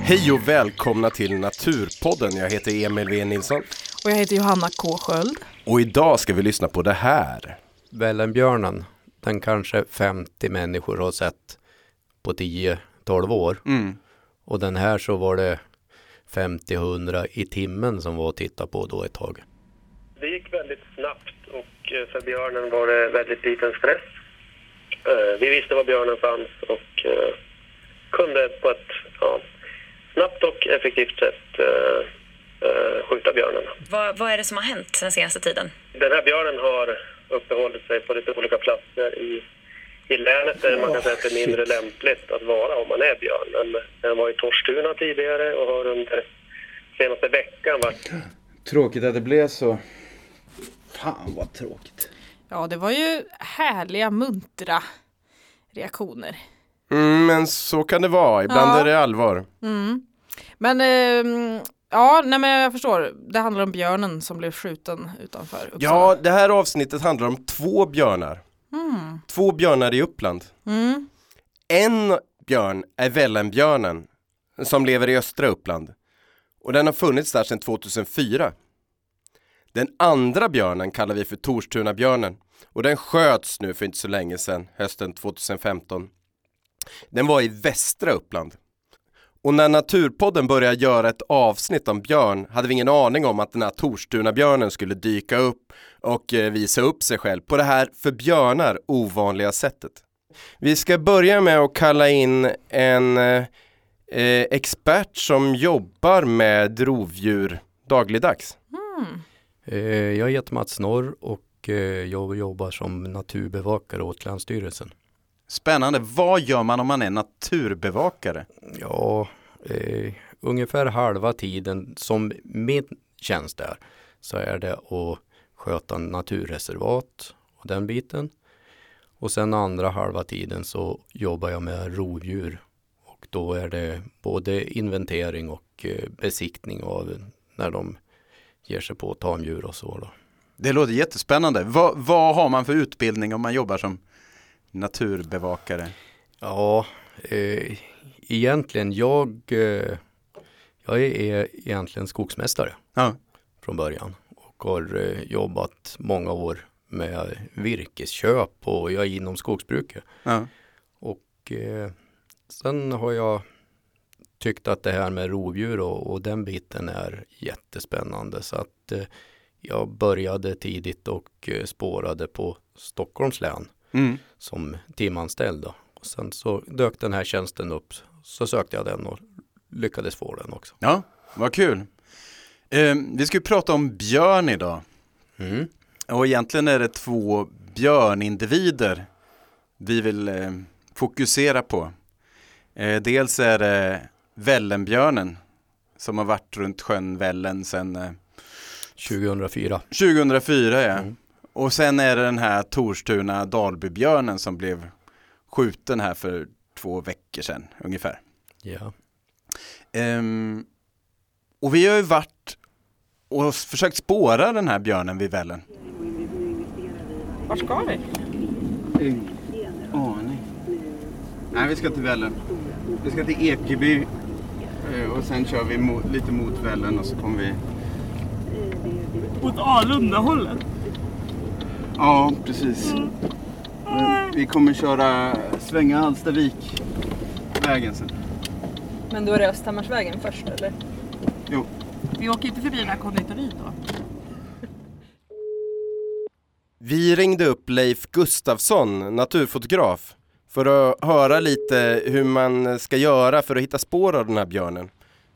Hej och välkomna till Naturpodden. Jag heter Emil V. Nilsson. Och jag heter Johanna K. Sköld. Och idag ska vi lyssna på det här. Vällenbjörnen, den kanske 50 människor har sett på 10-12 år. Och den här så var det 50-100 i timmen som var att titta på då ett tag. Det gick väldigt snabbt och för björnen var det väldigt liten stress. Vi visste var björnen fanns och kunde på ett snabbt och effektivt sätt skjuta björnen. Vad är det som har hänt den senaste tiden? Den här björnen har uppehållit sig på lite olika platser i länet där man kan säga att det är mindre lämpligt att vara om man är björn. Men den var i Torstuna tidigare och har under senaste veckan varit... Tråkigt att det blev så. Fan vad tråkigt. Ja, det var ju härliga, muntra reaktioner. Men så kan det vara. Ibland är det allvar. Men men jag förstår. Det handlar om björnen som blev skjuten utanför Uppsala. Ja, det här avsnittet handlar om 2 björnar. 2 björnar i Uppland. En björn är Vällenbjörnen som lever i östra Uppland. Och den har funnits där sedan 2004. Den andra björnen kallar vi för Torstunabjörnen. Och den sköts nu för inte så länge sedan, hösten 2015. Den var i västra Uppland. Och när Naturpodden började göra ett avsnitt om björn hade vi ingen aning om att den här Torstunabjörnen skulle dyka upp och visa upp sig själv på det här för björnar ovanliga sättet. Vi ska börja med att kalla in en expert som jobbar med rovdjur dagligdags. Jag heter Mats Norr och jag jobbar som naturbevakare åt Länsstyrelsen. Spännande. Vad gör man om man är naturbevakare? Ja, ungefär halva tiden som min tjänst är så är det att sköta naturreservat och den biten. Och sen andra halva tiden så jobbar jag med rovdjur. Och då är det både inventering och besiktning av när de ger sig på tamdjur och så då. Det låter jättespännande. Vad har man för utbildning om man jobbar som naturbevakare? Ja, egentligen jag är egentligen skogsmästare från början och har jobbat många år med virkesköp och jag är inom skogsbruket. Och sen har jag tyckt att det här med rovdjur och den biten är jättespännande så att jag började tidigt och spårade på Stockholms län som timanställd då. Och sen så dök den här tjänsten upp så sökte jag den och lyckades få den också. Ja, vad kul. Vi ska ju prata om björn idag. Och egentligen är det 2 björnindivider vi vill fokusera på. Dels är det Vällenbjörnen som har varit runt sjön Vällen sedan 2004. 2004, ja. Och sen är det den här Torstuna Dalbybjörnen som blev skjuten här för 2 veckor sedan ungefär. Ja. Och vi har ju varit och försökt spåra den här björnen vid Vällen. Var ska vi? Ingen aning. Nej, vi ska till Vällen. Vi ska till Ekeby och sen kör vi lite mot Vällen och så kommer vi... Mot Alunda-hållet. Ja, precis. Vi kommer svänga Alstavik vägen sen. Men då är det Östhammarsvägen först, eller? Jo. Vi åker inte förbi den här konditoriet då. Vi ringde upp Leif Gustafsson, naturfotograf, för att höra lite hur man ska göra för att hitta spår av den här björnen.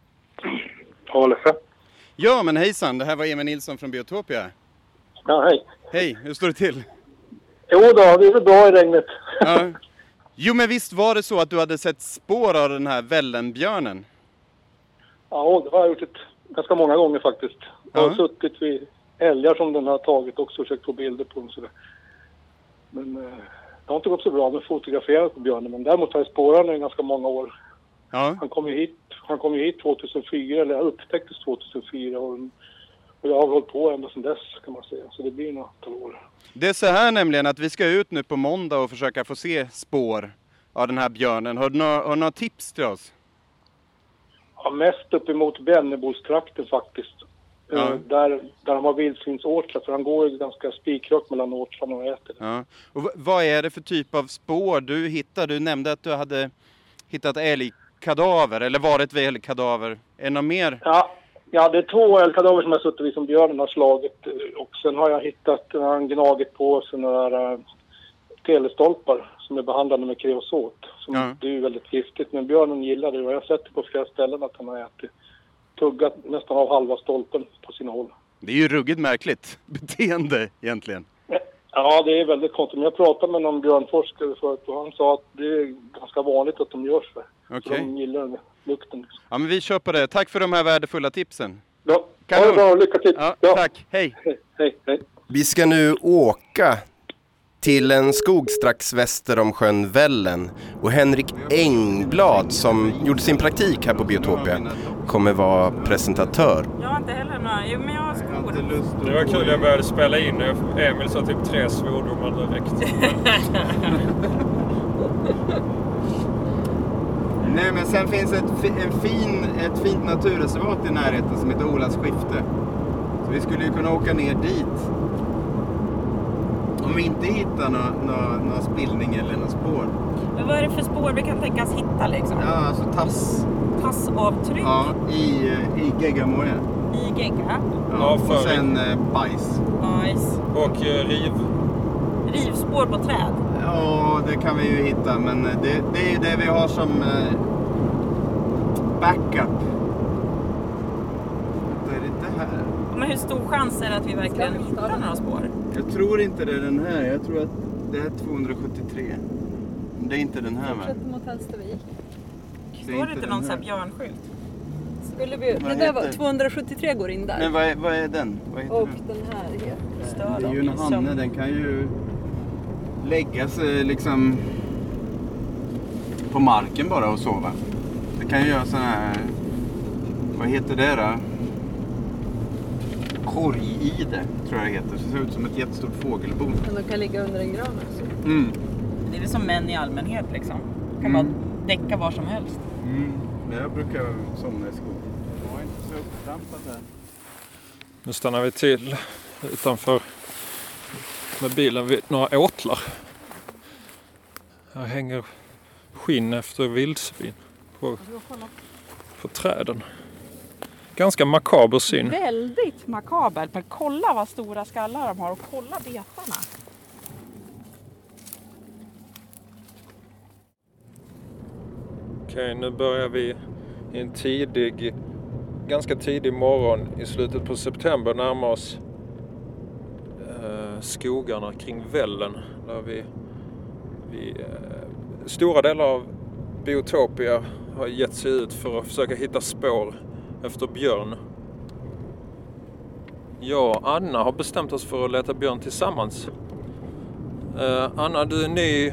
Ja, men hejsan. Det här var Emil Nilsson från Biotopia. Ja, hej. Hej, hur står det till? Jo då, det är bra i regnet. Ja. Jo, men visst var det så att du hade sett spår av den här Vällenbjörnen? Ja, det har jag gjort ganska många gånger faktiskt. Jag har Ja. suttit vid älgar som den har tagit också och försökt få bilder på dem. Sådär. Men det har inte gått så bra med fotograferat på björnen. Men däremot har jag spårat den i ganska många år. Ja. Han kom ju hit 2004, eller upptäcktes 2004. Och jag har hållit på ända sedan dess kan man säga. Så det blir några år. Det är så här nämligen att vi ska ut nu på måndag och försöka få se spår av den här björnen. Har du några tips till oss? Ja, mest upp emot Bennebostrakten faktiskt. Där de har vildsvinsåtlar, för han går ju ganska spikrak mellan åtlarna och äter. Ja. Och vad är det för typ av spår du hittar? Du nämnde att du hade hittat älgkadaver, eller varit vid älgkadaver. Är det något mer? Ja, det är 2 älgkadaver som jag suttit vid som björnen har slagit. Och sen har jag hittat en gnagit på sådana där telestolpar som är behandlade med kreosot. Det är ju väldigt giftigt, men björnen gillar det. Och jag har sett det på flera ställen att han har tuggat nästan av halva stolpen på sina håll. Det är ju ruggigt märkligt beteende egentligen. Ja, det är väldigt konstigt. Men jag pratade med någon björnforskare förut och han sa att det är ganska vanligt att de gör så. Okej. De gillar lukten. Liksom. Ja, men vi kör på det. Tack för de här värdefulla tipsen. Ja, ha det bra. Lycka till. Ja. Tack. Hej. Hej. Vi ska nu åka till en skog strax väster om sjön Vällen. Och Henrik Engblad, som gjorde sin praktik här på Biotopia, kommer vara presentatör. Jag har inte heller några. Jo, men jag har skor. Det var kul, jag började spela in. Emil sa typ 3 svordomar direkt. Nej, men sen finns ett fint naturreservat i närheten som heter Olas skifte. Så vi skulle ju kunna åka ner dit. Om vi inte hittar någon spillning eller någon spår. Men vad är det för spår vi kan tänkas hitta liksom? Ja, alltså Tassavtryck? Ja, i geggamoja. I gegga? Ja, och sen bajs. Och rivspår på träd? Ja, det kan vi ju hitta, men det är ju det vi har som backup. Det är inte här. Men hur stor chans är det att vi verkligen hittar några spår? Jag tror inte det är den här. Jag tror att det är 273. Det är inte den här, va? Fortsätt mot Hälstavik. Står det inte någon sån här björnskylt? Skulle vi... Det där var 273 går in där. Men vad är den? Vad heter och den? Den här heter... Det är ju en hanne. Den kan ju lägga sig liksom på marken bara och sova. Det kan ju göra sån här... Vad heter det då? Korgide, tror jag det heter. Det ser ut som ett jättestort fågelbo. Men de kan ligga under en gran också. Det är väl som män i allmänhet liksom. Kan man däcka var som helst. Men jag brukar somna i skogen. Jag är inte så upptrampad här. Nu stannar vi till utanför med bilen vid några åtlar. Här hänger skinn efter vildsvin på träden. Ganska makaber syn. Väldigt makabert, men kolla vad stora skallar de har och kolla betarna. Okej, nu börjar vi i en ganska tidig morgon i slutet på september närma oss skogarna kring Vällen. Där vi stora delar av Biotopia har gett sig ut för att försöka hitta spår efter björn. Jag och Anna har bestämt oss för att leta björn tillsammans. Anna, du är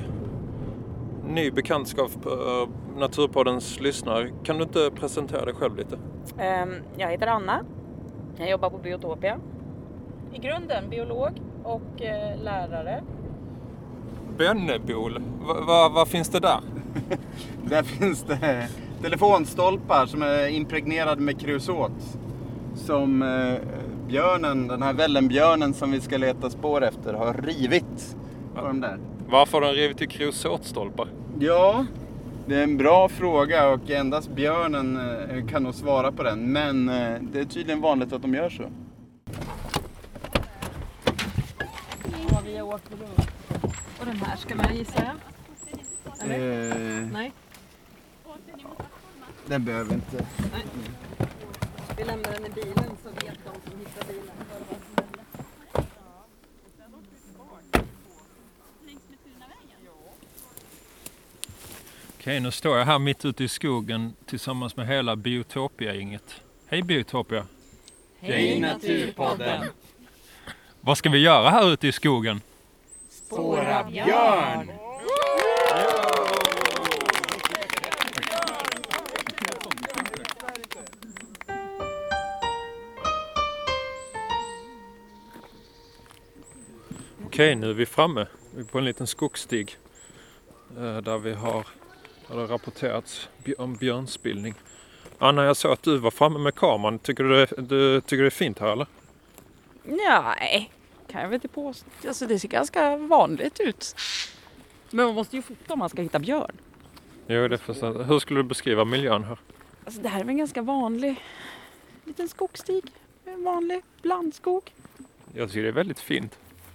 ny bekantskap på Naturpoddens lyssnare. Kan du inte presentera dig själv lite? Jag heter Anna. Jag jobbar på Biotopia. I grunden biolog och lärare. Bennebol. Vad finns det där? Där finns det telefonstolpar som är impregnerade med kreosot. Som björnen, den här Vällenbjörnen som vi ska leta spår efter, har rivit på de där. Varför har den rivit i kreosotstolpar? Ja, det är en bra fråga och endast björnen kan nog svara på den. Men det är tydligen vanligt att de gör så. Ja, vi har åkt runt. Och den här ska man gissa. Nej. Den behöver inte. Nej. Vi lämnar den i bilen så vet de som hittar bilen. Okej, nu står jag här mitt ute i skogen tillsammans med hela Biotopia-gänget. Hej Biotopia! Hej Naturpodden! Vad ska vi göra här ute i skogen? Spåra björn! Okej, nu är vi framme. Vi är på en liten skogsstig där det rapporterats om björnspillning. Anna, jag sa att du var framme med kameran. Tycker du tycker det är fint här eller? Nej, kan jag väl inte påstå. Alltså det ser ganska vanligt ut. Men man måste ju fota om man ska hitta björn. Jo, det förstår. Hur skulle du beskriva miljön här? Alltså det här är en ganska vanlig liten skogsstig. En vanlig blandskog. Jag tycker det är väldigt fint.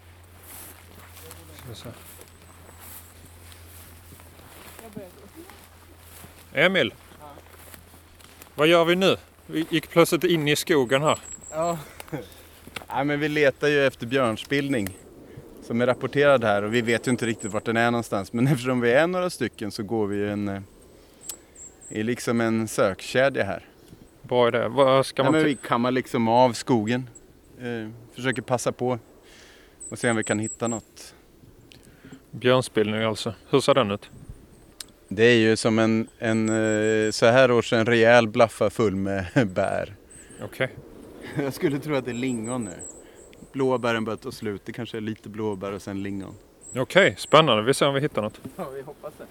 Emil, vad gör vi nu? Vi gick plötsligt in i skogen här. Ja, men vi letar ju efter björnspillning som är rapporterad här och vi vet ju inte riktigt vart den är någonstans. Men eftersom vi är några stycken så går vi i liksom en sökkedja här. Bra idé. Vad ska man men vi kammar liksom av skogen, försöker passa på och se om vi kan hitta något. Björnspillning alltså. Hur ser den ut? Det är ju som en så här års en rejäl blaffa full med bär. Okej. Jag skulle tro att det är lingon nu. Blåbären börjar ta slut. Det kanske är lite blåbär och sen lingon. Okej, spännande. Vi ser om vi hittar något. Ja, vi hoppas det.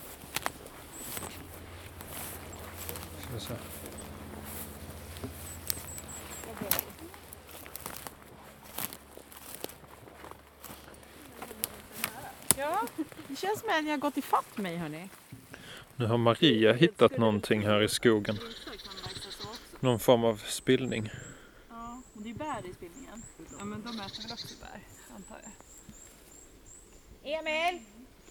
Ska vi se. Ja, det känns som att ni har gått ifatt mig hörni. Nu har Maria hittat någonting här i skogen. Någon form av spillning. Ja, och det är bär i spillningen. Ja, men de äter väl också bär, antar jag. Emil!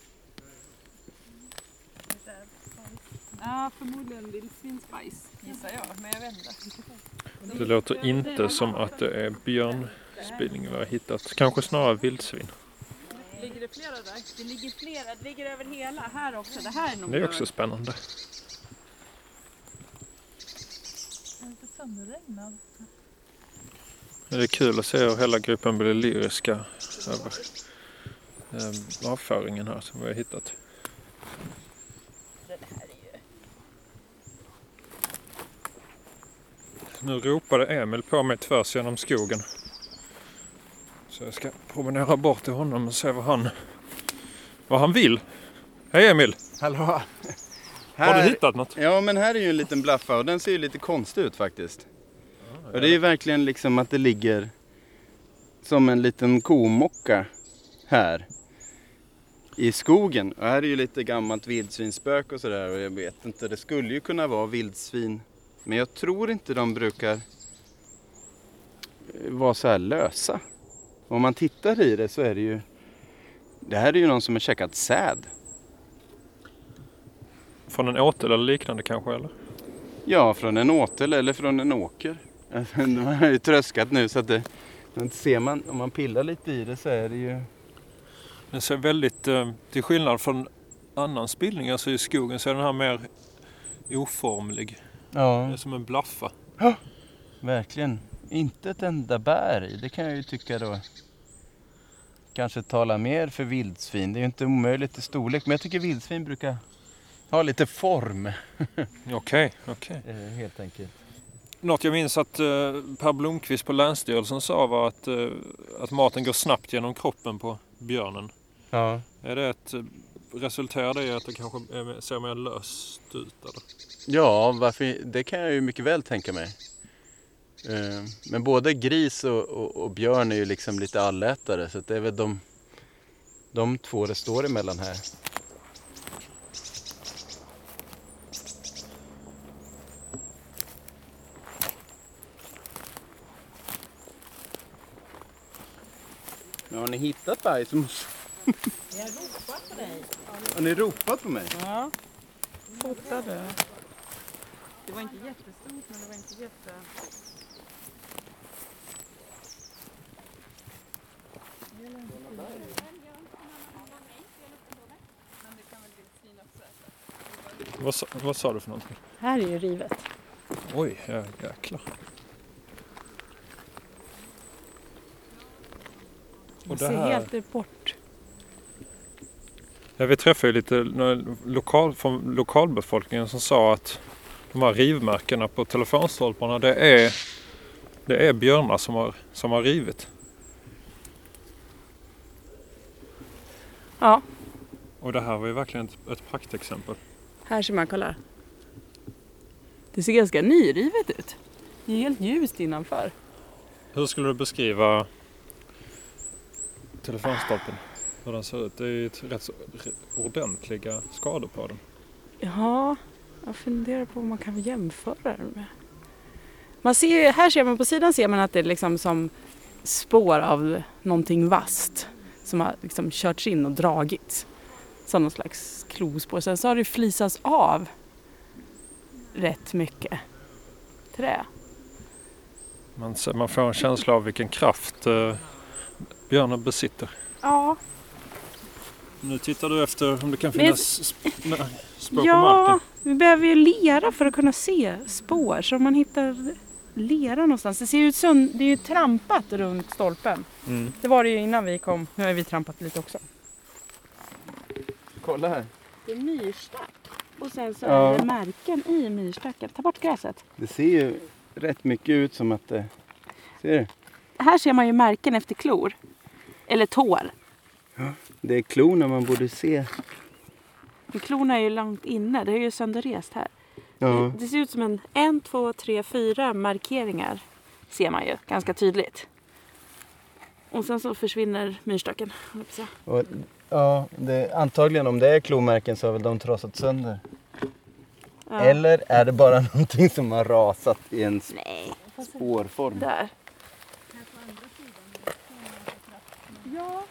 Ja, förmodligen vildsvinsbajs gissar jag, men jag vet inte. Det låter inte som att det är björnspillning vi har hittat. Kanske snarare vildsvin. Ligger det flera där? Det ligger flera, det ligger över hela här också. Det här är nog Det är också spännande. lite sönderregnad. Det är kul att se hur hela gruppen blir lyriska över avföringen här som vi har hittat. Den här är ju... Nu ropade Emil på mig tvärs genom skogen. Så jag ska promenera bort till honom och se vad han vill. Hej Emil! Hallå! Har du hittat något? Ja, men här är ju en liten blaffa och den ser ju lite konstig ut faktiskt. Och det är ju verkligen liksom att det ligger som en liten komocka här i skogen. Och här är ju lite gammalt vildsvinspök och sådär och jag vet inte, det skulle ju kunna vara vildsvin. Men jag tror inte de brukar vara så här lösa. Om man tittar i det så är det ju, det här är ju någon som har käkat säd. Från en åtel eller liknande kanske eller? Ja, från en åtel eller från en åker. De har ju tröskat nu så att det ser man, om man pillar lite i det så är det ju... Den ser väldigt, till skillnad från annan spillning, alltså i skogen så är den här mer oformlig. Ja. Det är som en blaffa. Ja, verkligen. Inte ett enda bär i, det kan jag ju tycka då. Kanske tala mer för vildsvin, det är ju inte omöjligt i storlek. Men jag tycker vildsvin brukar ha lite form. Okej. Helt enkelt. Något jag minns att Per Blomqvist på Länsstyrelsen sa var att maten går snabbt genom kroppen på björnen. Ja. Är det resulterar det i att det kanske ser mer löst ut? Eller? Ja, det kan jag ju mycket väl tänka mig. Men både gris och björn är ju liksom lite allätare så att det är väl de två det står emellan här. Har ni hittat bajs? Jag har ropat på dig. Har ni ropat på mig? Ja, fotade. Det var inte jättestort men det var inte jätte... Vad sa du för någonting? Här är ju rivet. Oj, jäklar. Det ser helt bort. Ja, vi träffade ju lite från lokalbefolkningen som sa att de här rivmärkena på telefonstolparna det är björnar som har rivit. Ja. Och det här var ju verkligen ett praktexempel. Här ser man, kolla. Det ser ganska nyrivet ut. Det är helt ljust innanför. Hur skulle du beskriva telefonstolpen? Hur den ser ut? Det är ju rätt så ordentliga skador på den. Ja, jag funderar på vad man kan jämföra den med. Här ser man på sidan ser man att det är liksom som spår av någonting vasst som har liksom körts in och dragits. Som någon slags klospår. Sen så har det flisats av rätt mycket trä. Man får en känsla av vilken kraft björnen besitter. Ja. Nu tittar du efter om det kan finnas spår på Ja, marken. vi behöver ju lera för att kunna se spår. Så om man hittar lera någonstans. Det ser ut som det är ju trampat runt stolpen. Mm. Det var det ju innan vi kom. Nu har vi trampat lite också. Kolla här. Det är myrstack. Och sen så är det märken i myrstacken. Ta bort gräset. Det ser ju rätt mycket ut som att det... Ser du? Här ser man ju märken efter klor. Eller tår. Ja, det är klorna man borde se. Men klorna är ju långt inne. Det är ju sönderrest här. Ja. Det ser ut som 1, 2, 3, 4 markeringar. Ser man ju ganska tydligt. Och sen så försvinner myrstacken. Och, ja, antagligen om det är klomärken så har väl de trasat sönder. Ja. Eller är det bara någonting som har rasat i en spårform? Där. Ja.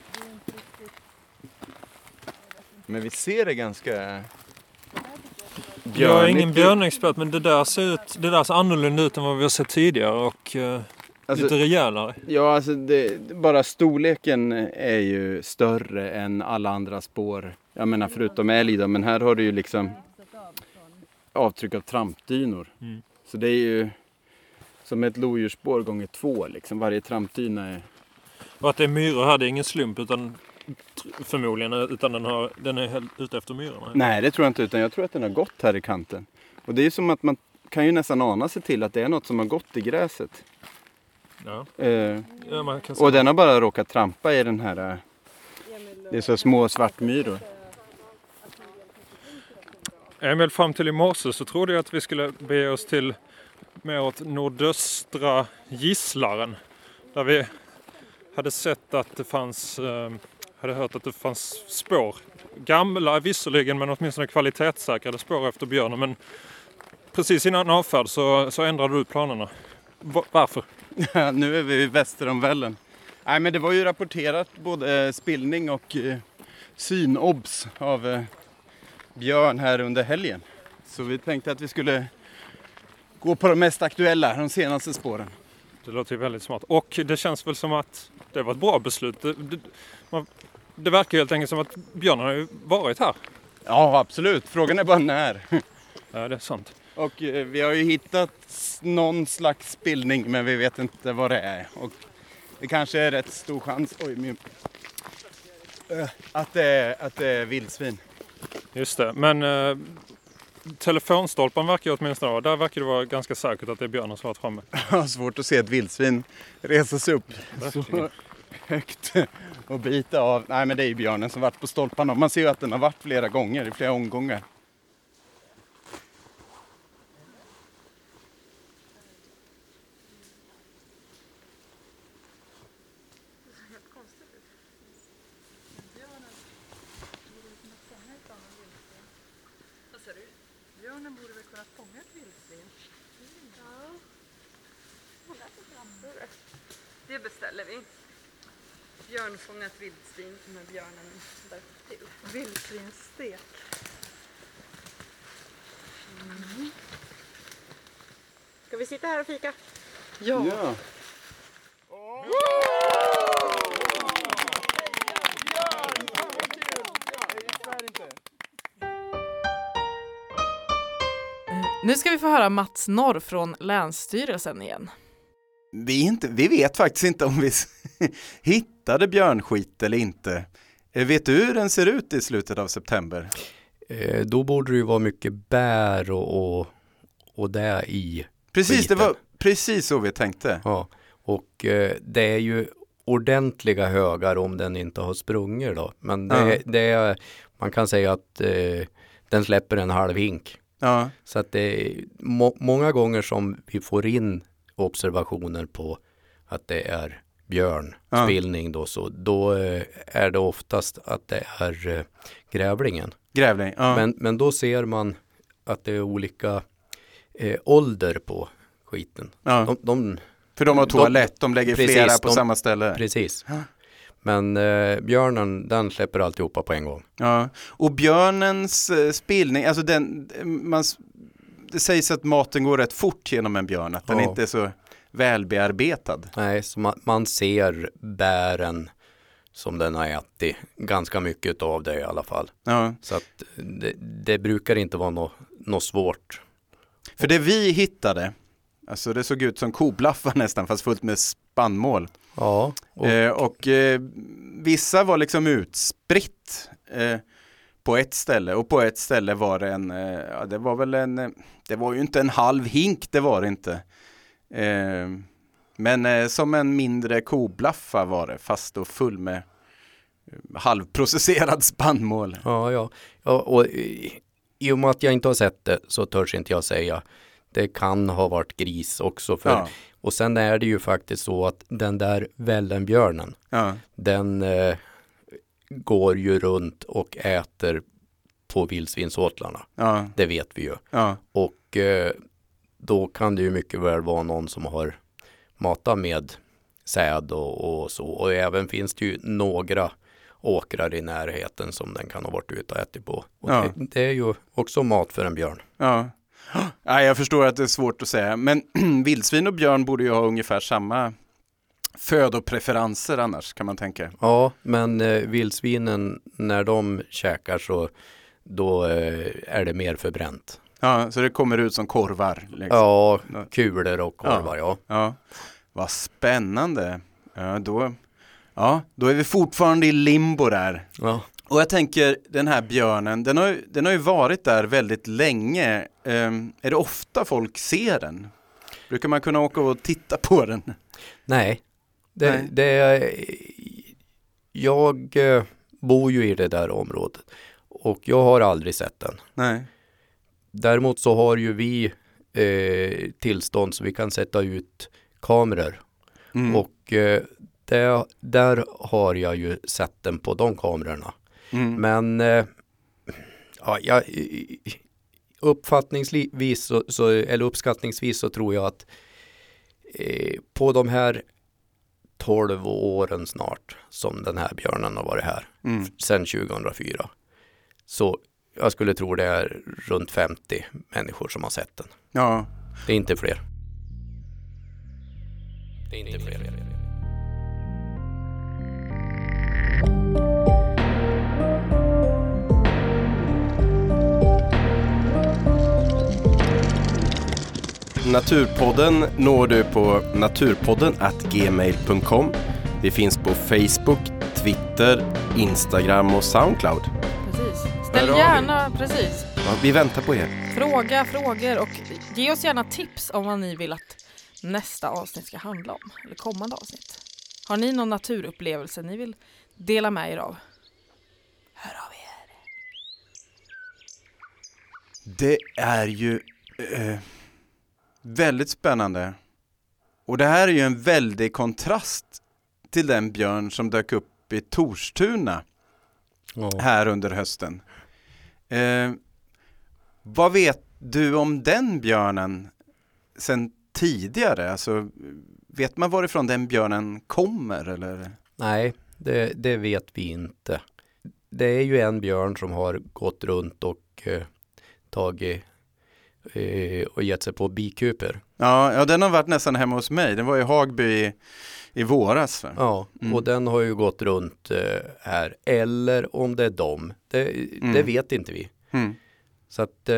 Men vi ser det ganska... Jag är ingen björnexpert, men det där ser annorlunda ut än vad vi har sett tidigare och lite rejälare. Ja, alltså bara storleken är ju större än alla andra spår. Jag menar förutom älg då, men här har du ju liksom avtryck av trampdynor. Mm. Så det är ju som ett lodjursspår gånger 2 liksom. Varje trampdyna är... Och att det är myror här, det är ingen slump förmodligen, utan den är ute efter myrorna. Nej, det tror jag inte, utan jag tror att den har gått här i kanten. Och det är ju som att man kan ju nästan ana sig till att det är något som har gått i gräset. Ja. Man kan och den har bara råkat trampa i den här... Det är så små svartmyror. Emil, fram till i morse så trodde jag att vi skulle bege oss till mer åt nordöstra Gisslaren. Där vi hade sett att det fanns... hade hört att det fanns spår. Gamla visserligen, men åtminstone kvalitetssäkrade spår efter björnen. Men precis innan avfärd så ändrade du planerna. Varför? Nu är vi väster om Vällen. Nej, men det var ju rapporterat både spillning och synobs av björn här under helgen. Så vi tänkte att vi skulle gå på de mest aktuella, de senaste spåren. Det låter ju väldigt smart. Och det känns väl som att det var ett bra beslut. Det verkar helt enkelt som att björnen har ju varit här. Ja, absolut. Frågan är bara när. Ja, det är sant. Och vi har ju hittat någon slags spillning, men vi vet inte vad det är. Och det kanske är rätt stor chans att det är vildsvin. Just det, men telefonstolpen verkar ju åtminstone vara. Där verkar det vara ganska säkert att det är björnen som har varit framme. Ja, svårt att se ett vildsvin resa sig upp så högt och bita av. Nej, men det är ju björnen som varit på stolparna. Man ser ju att den har varit flera gånger, i flera omgångar. Björnen borde väl kunna fånga ett vildsvin? Ja. Det beställer vi. Björnfångat vildsvin med björnen där till. Vildsvinsstek. Mm. Ska vi sitta här och fika? Ja. Ja. Nu ska vi få höra Mats Norr från Länsstyrelsen igen. Vi vet faktiskt inte om vi hittade björnskit eller inte. Vet du hur den ser ut i slutet av september? Då borde det ju vara mycket bär och det i Precis, skiten. Det var precis så vi tänkte. Ja, och det är ju ordentliga högar om den inte har sprungit då. Men det är, man kan säga att den släpper en halv hink Ja. Så att det är många gånger som vi får in observationer på att det är björnspillning då, så då är det oftast att det är grävlingen. Grävling, ja. Men då ser man att det är olika ålder på skiten. Ja. För de har toalett, de lägger flera på samma ställe. Precis. Men björnen, den släpper alltihopa på en gång. Ja. Och björnens spillning, alltså det sägs att maten går rätt fort genom en björn, att den inte är så välbearbetad. Nej, så man ser bären som den har ätit. Ganska mycket av det i alla fall. Ja. Så att det brukar inte vara något svårt. För det vi hittade, alltså det såg ut som koblaffar nästan, fast fullt med spannmål. Ja. Och vissa var liksom utspritt på ett ställe, och på ett ställe var det det var ju inte en halv hink, det var det inte. Men som en mindre koblaffa var det, fast då full med halvprocesserad spannmål. Ja, och i och med att jag inte har sett det så törs inte jag säga. Det kan ha varit gris också. Och sen är det ju faktiskt så att den där vällenbjörnen, den går ju runt och äter på vildsvinsåtlarna. Ja. Det vet vi ju. Ja. Och då kan det ju mycket väl vara någon som har matat med säd och så. Och även finns det ju några åkrar i närheten som den kan ha varit ute och ätit på. Och det är ju också mat för en björn. Ja. Ja, jag förstår att det är svårt att säga. Men vildsvin och björn borde ju ha ungefär samma födopreferenser annars, kan man tänka. Ja, men vildsvinen, när de käkar så då är det mer förbränt. Ja, så det kommer ut som korvar. Liksom. Ja, kulor och korvar, ja. Vad spännande. Då är vi fortfarande i limbo där. Ja. Och jag tänker, den här björnen, den har ju varit där väldigt länge. Är det ofta folk ser den? Brukar man kunna åka och titta på den? Nej. Jag bor ju i det där området. Och jag har aldrig sett den. Nej. Däremot så har ju vi tillstånd så vi kan sätta ut kameror. Mm. Och där har jag ju sett den på de kamerorna. Mm. Men uppskattningsvis så tror jag att på de här 12 åren snart som den här björnen har varit här sedan 2004, så jag skulle tro det är runt 50 människor som har sett den. Ja. Det är inte fler. Det är inte fler. Naturpodden når du på naturpodden@gmail.com. Vi finns på Facebook, Twitter, Instagram och Soundcloud. Precis. Ställ gärna, precis. Ja, vi väntar på er. Frågor och ge oss gärna tips om vad ni vill att nästa avsnitt ska handla om. Eller kommande avsnitt. Har ni någon naturupplevelse ni vill dela med er av? Hör av er. Det är ju väldigt spännande. Och det här är ju en väldig kontrast till den björn som dök upp i Torstuna här under hösten. Vad vet du om den björnen sen tidigare? Alltså, vet man varifrån den björnen kommer? Eller? Nej, det vet vi inte. Det är ju en björn som har gått runt och tagit och gett sig på bikuper. Ja, den har varit nästan hemma hos mig. Den var i Hagby i våras. Ja, och den har ju gått runt här. Eller om det är dem. Det vet inte vi. Mm. Så att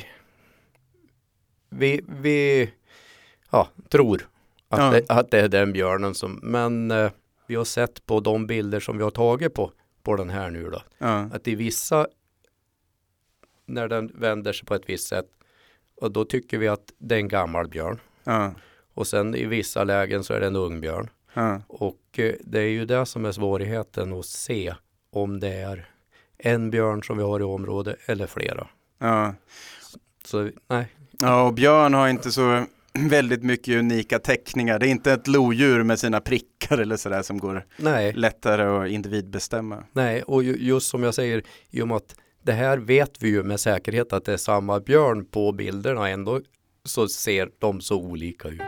vi tror att det är den björnen som... Men vi har sett på de bilder som vi har tagit på den här nu då. Ja. Att i vissa, när den vänder sig på ett visst sätt, och då tycker vi att det är en gammal björn. Ja. Och sen i vissa lägen så är det en ung björn. Ja. Och det är ju det som är svårigheten att se om det är en björn som vi har i området eller flera. Ja. Så nej. Ja, och björn har inte så väldigt mycket unika teckningar. Det är inte ett lodjur med sina prickar eller sådär som går lättare att individbestämma. Nej, och just som jag säger, i och med att det här vet vi ju med säkerhet att det är samma björn på bilderna, ändå så ser de så olika ut.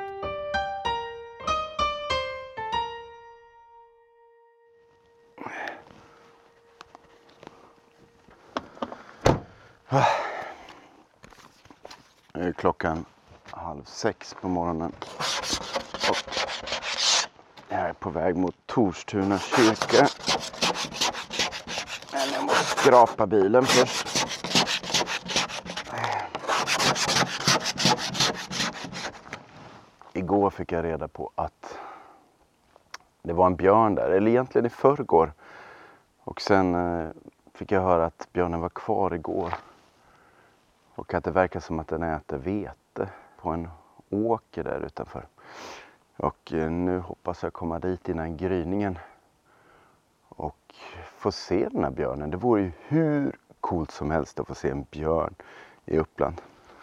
Nu är klockan 5:30 på morgonen och jag är på väg mot Torstuna kyrka. Men jag måste skrapa bilen först. Igår fick jag reda på att det var en björn där, eller egentligen i förrgår. Och sen fick jag höra att björnen var kvar igår. Och att det verkar som att den äter vete på en åker där utanför. Och nu hoppas jag komma dit innan gryningen. Och få se den här björnen. Det vore ju hur coolt som helst att få se en björn i Uppland.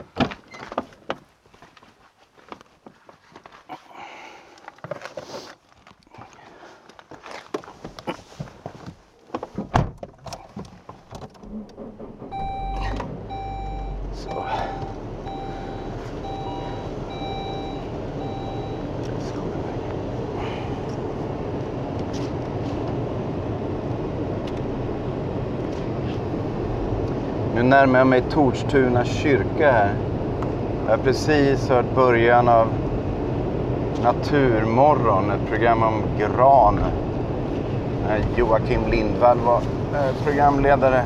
Nu närmar jag mig Torstuna kyrka här. Jag har precis hört början av Naturmorgon, ett program om gran. Joakim Lindvall var programledare.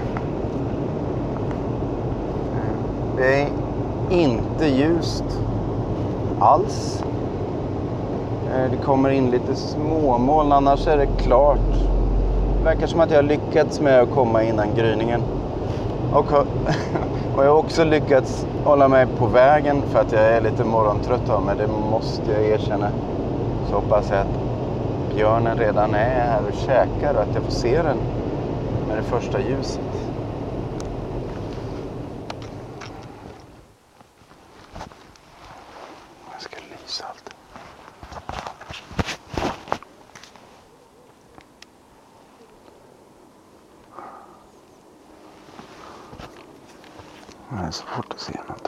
Det är inte ljust alls. Det kommer in lite småmoln, annars är det klart. Det verkar som att jag har lyckats med att komma innan gryningen. Och jag har också lyckats hålla mig på vägen för att jag är lite morgontrött av mig. Det måste jag erkänna. Så hoppas jag att björnen redan är här och käkar och att jag får se den med det första ljuset. Jag ska lysa allt. Det är svårt att se någonting.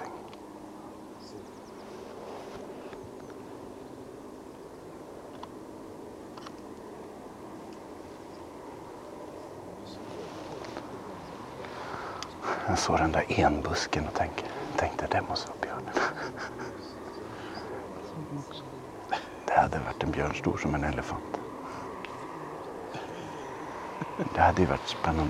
Jag såg den där enbusken och tänkte det måste vara björnen. Det hade varit en björn stor som en elefant. Det hade ju varit spännande.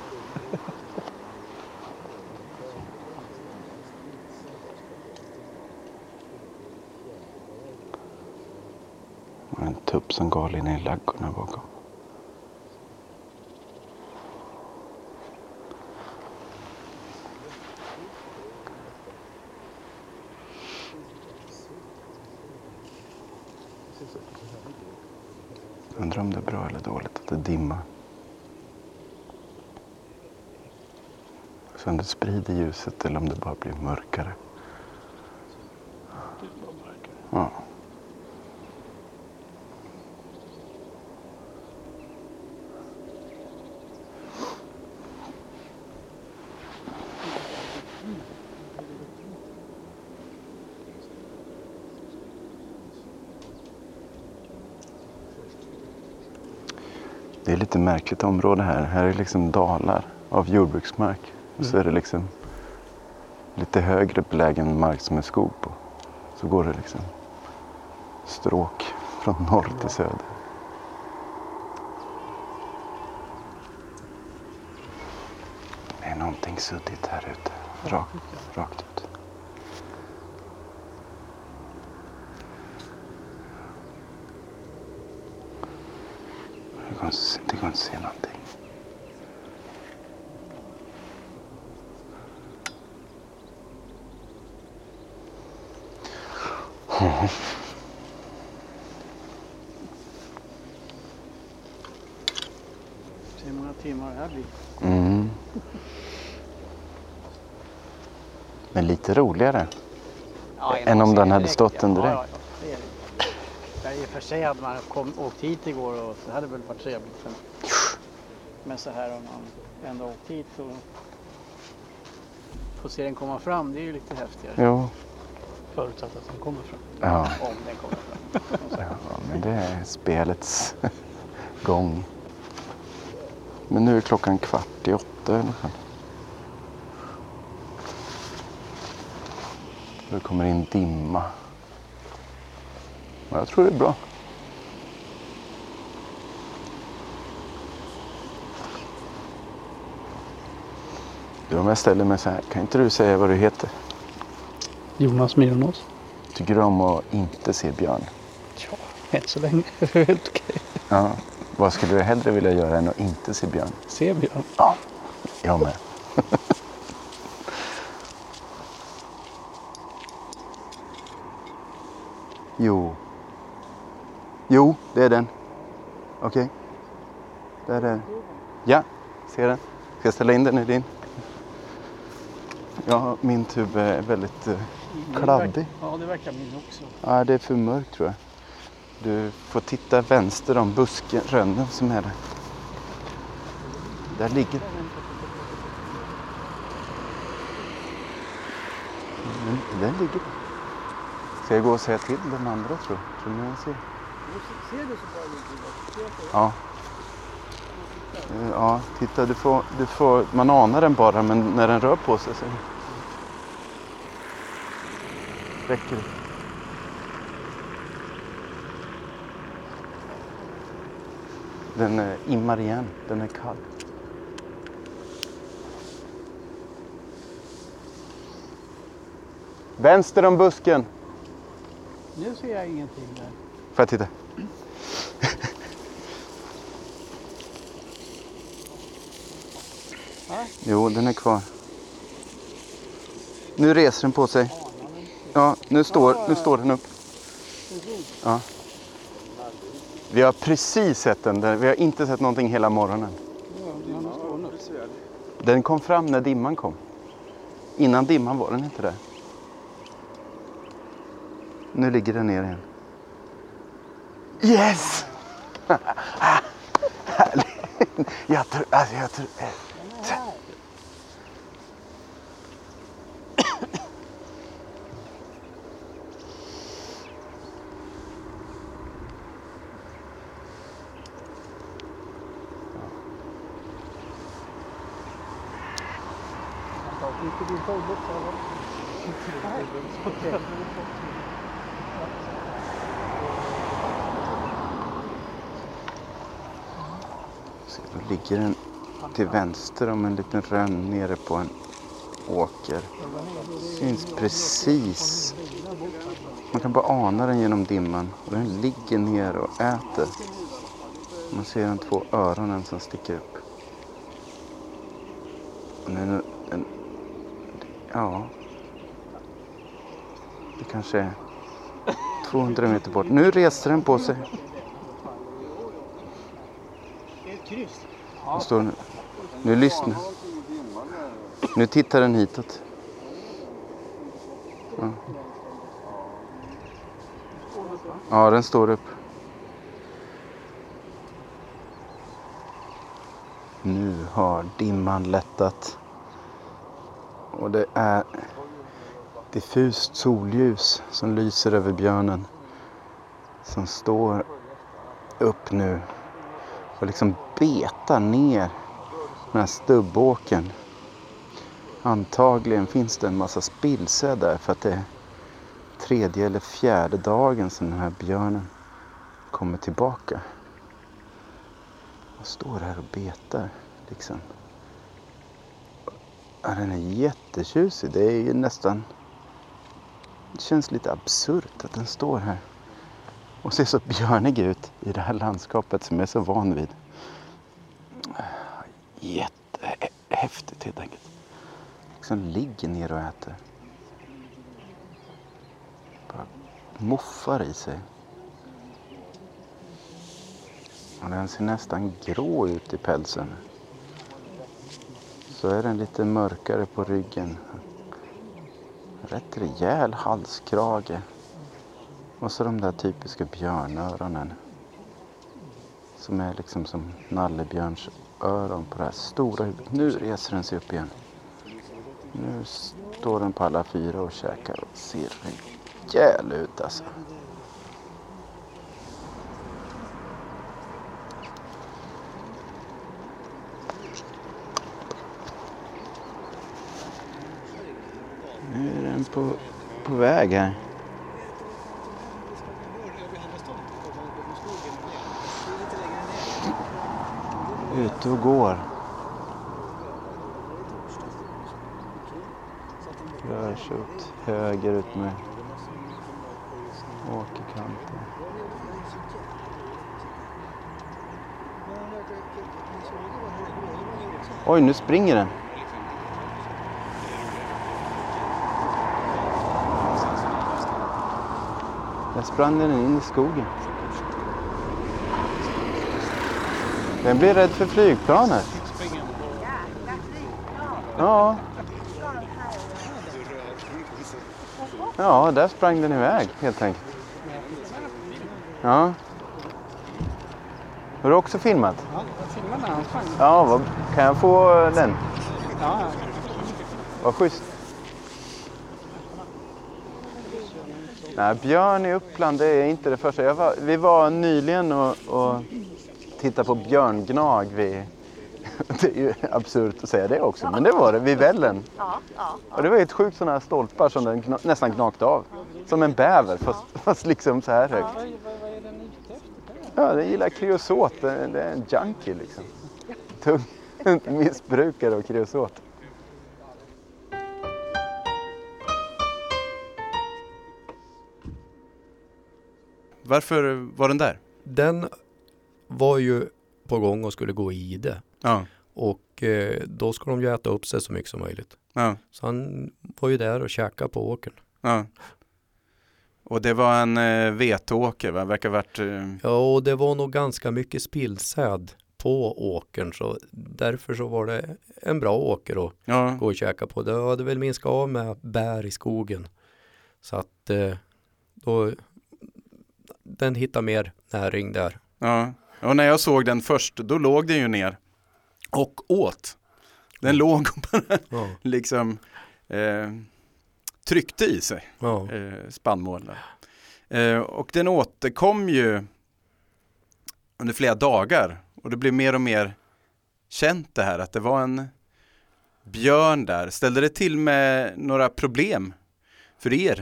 En tupp som gal in i laggorna bakom. Undrar om det är bra eller dåligt att det dimmar. Så om det sprider ljuset eller om det bara blir mörkare. Ja. Det är lite märkligt område här. Här är liksom dalar av jordbruksmark. Och så är det liksom lite högre belägen mark som är skog på. Så går det liksom stråk från norr till söder. Det är någonting suddigt här ute. Rakt ut. Det går inte att se någonting. Se hur många timmar det här blir. Men lite roligare än om den hade stått under dig. Ja, det är det. I och för sig hade man åkt hit igår och så hade det väl varit trevligt. Men så här om man ändå åkt hit och får se den komma fram, det är ju lite häftigare. Jo. Förutsatt att den kommer fram. Ja. Om den kommer fram. Ja, men det är spelets gång. Men nu är klockan 7:45 i alla fall. Det kommer in dimma. Men jag tror det är bra. Om jag ställer mig så här, kan inte du säga vad du heter? Jonas Myronås. Tycker du om att inte se björn? Ja, än så länge är det helt okej. Ja. Vad skulle du hellre vilja göra än att inte se björn? Se björn? Ja, jag med. Jo, det är den. Okej. Där är den. Ja, ser den. Ska jag ställa in den i din? Ja, min tub är väldigt kladdig. Ja, det verkar min också. Ja, det är för mörkt tror jag. Du får titta vänster om busken, rönnen som är där. Där ligger. Den ligger. Ska jag gå och säga till den andra tror du ni ser? Ser du så bra ut? Ja. Ja, titta du får, man anar den bara men när den rör på sig så räcker det. Den immar igen, den är kall. Vänster om busken. Nu ser jag ingenting där. Får jag titta? Jo, den är kvar. Nu reser den på sig. Ja, nu står den upp. Ja. Vi har precis sett den där. Vi har inte sett någonting hela morgonen. Den kom fram när dimman kom. Innan dimman var den inte där. Nu ligger den ner igen. Yes! Härligt. Jag tror... Inte din favorit eller? Okej. Då ligger den till vänster om en liten rönn nere på en åker. Syns precis. Man kan bara ana den genom dimman. Och den ligger ner och äter. Man ser de två öronen som sticker upp. Och den, ja. Det kanske är 200 meter bort. Nu reser den på sig. Och står nu. Nu lyssnar. Nu tittar den hitåt. Ja. Ja, den står upp. Nu har dimman lättat. Och det är diffust solljus som lyser över björnen. Som står upp nu. Och liksom betar ner den här stubbåken. Antagligen finns det en massa spillsäd där för att det är 3:e eller 4:e dagen som den här björnen kommer tillbaka. Och står här och betar liksom. Ja, den är jättetjusig. Det är ju nästan... Det känns lite absurt att den står här. Och ser så björnig ut i det här landskapet som jag är så van vid. Jättehäftigt helt enkelt. Liksom ligger ner och äter. Bara moffar i sig. Och den ser nästan grå ut i pälsen. Så är den lite mörkare på ryggen. rätt rejäl halskrage. Och så de där typiska björnöronen. Som är liksom som nallebjörns öron på det här stora huvudet. Nu reser den sig upp igen. Nu står den på alla fyra och käkar och ser rejäl ut alltså. Nu är den på väg här. Ute och går. Rör sig åt höger ut med åkerkanten. Oj, nu springer den. Där sprang den in i skogen. Den blir rädd för flygplanet. Ja. Ja, där sprang den iväg helt enkelt. Ja. Har du också filmat? Ja, jag filmade när han sprang. Ja, kan jag få den? Ja. Vad schysst. Nej, björn i Uppland, det är inte det första. Vi var nyligen och tittade på björngnag vid... Det är ju absurt att säga det också, men det var det vid Vällen. Och det var ett sjukt sådana här stolpar som den nästan gnagt av. Som en bäver, fast liksom så här högt. Vad är den ute efter? Ja, den gillar kreosot. Det är en junkie liksom. Tung missbrukare av kreosot. Varför var den där? Den var ju på gång och skulle gå i det. Ja. Och då ska de ju äta upp sig så mycket som möjligt. Ja. Så han var ju där och käkade på åkern. Ja. Och det var en veteåker, va? Verkar varit... Ja, och det var nog ganska mycket spillsäd på åkern. Så därför så var det en bra åker att gå och käka på. Det hade väl minskat av med bär i skogen. Så att då... Den hittar mer näring där. Ja, och när jag såg den först, då låg den ju ner och åt. Den låg och liksom tryckte i sig spannmål. Och den återkom ju under flera dagar. Och det blev mer och mer känt det här att det var en björn där. Ställde det till med några problem för er?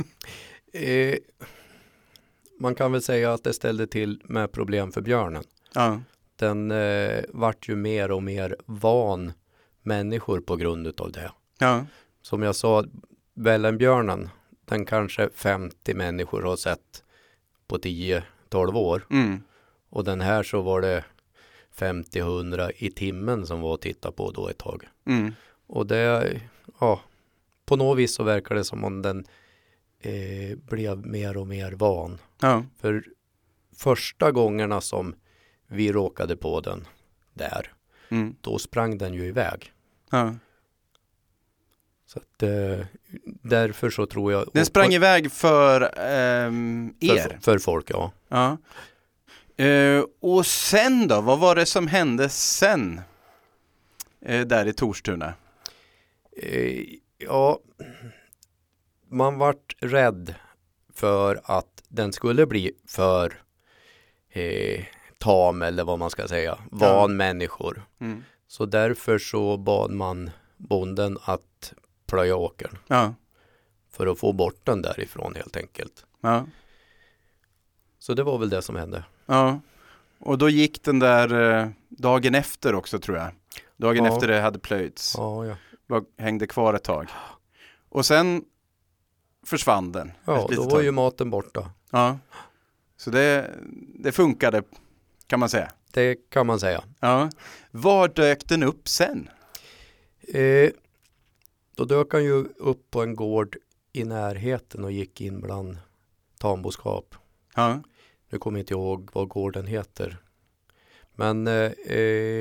Man kan väl säga att det ställde till med problem för björnen. Ja. Den vart ju mer och mer van människor på grund av det. Ja. Som jag sa, Vällenbjörnen, den kanske 50 människor har sett på 10-12 år. Mm. Och den här så var det 50-100 i timmen som var att titta på då ett tag. Mm. Och det, ja, på något vis så verkar det som om den blev mer och mer van. Ja. För första gångerna som vi råkade på den där, då sprang den ju iväg. Ja. Så att därför så tror jag... Den sprang iväg för er? För folk, ja. Ja. Och sen då? Vad var det som hände sen? Där i Torstuna? Ja... Man vart rädd för att den skulle bli för tam eller vad man ska säga, van människor. Mm. Så därför så bad man bonden att plöja åkern. Ja. För att få bort den därifrån helt enkelt. Ja. Så det var väl det som hände. Ja. Och då gick den där dagen efter också tror jag. Dagen efter det hade plöjts. Ja. Hängde kvar ett tag. Och sen försvann den. Ja, då var ju maten borta. Ja. Så det funkade kan man säga. Det kan man säga. Ja. Var dök den upp sen? Då dök han ju upp på en gård i närheten och gick in bland tamboskap. Ja. Nu kommer jag inte ihåg vad gården heter. Men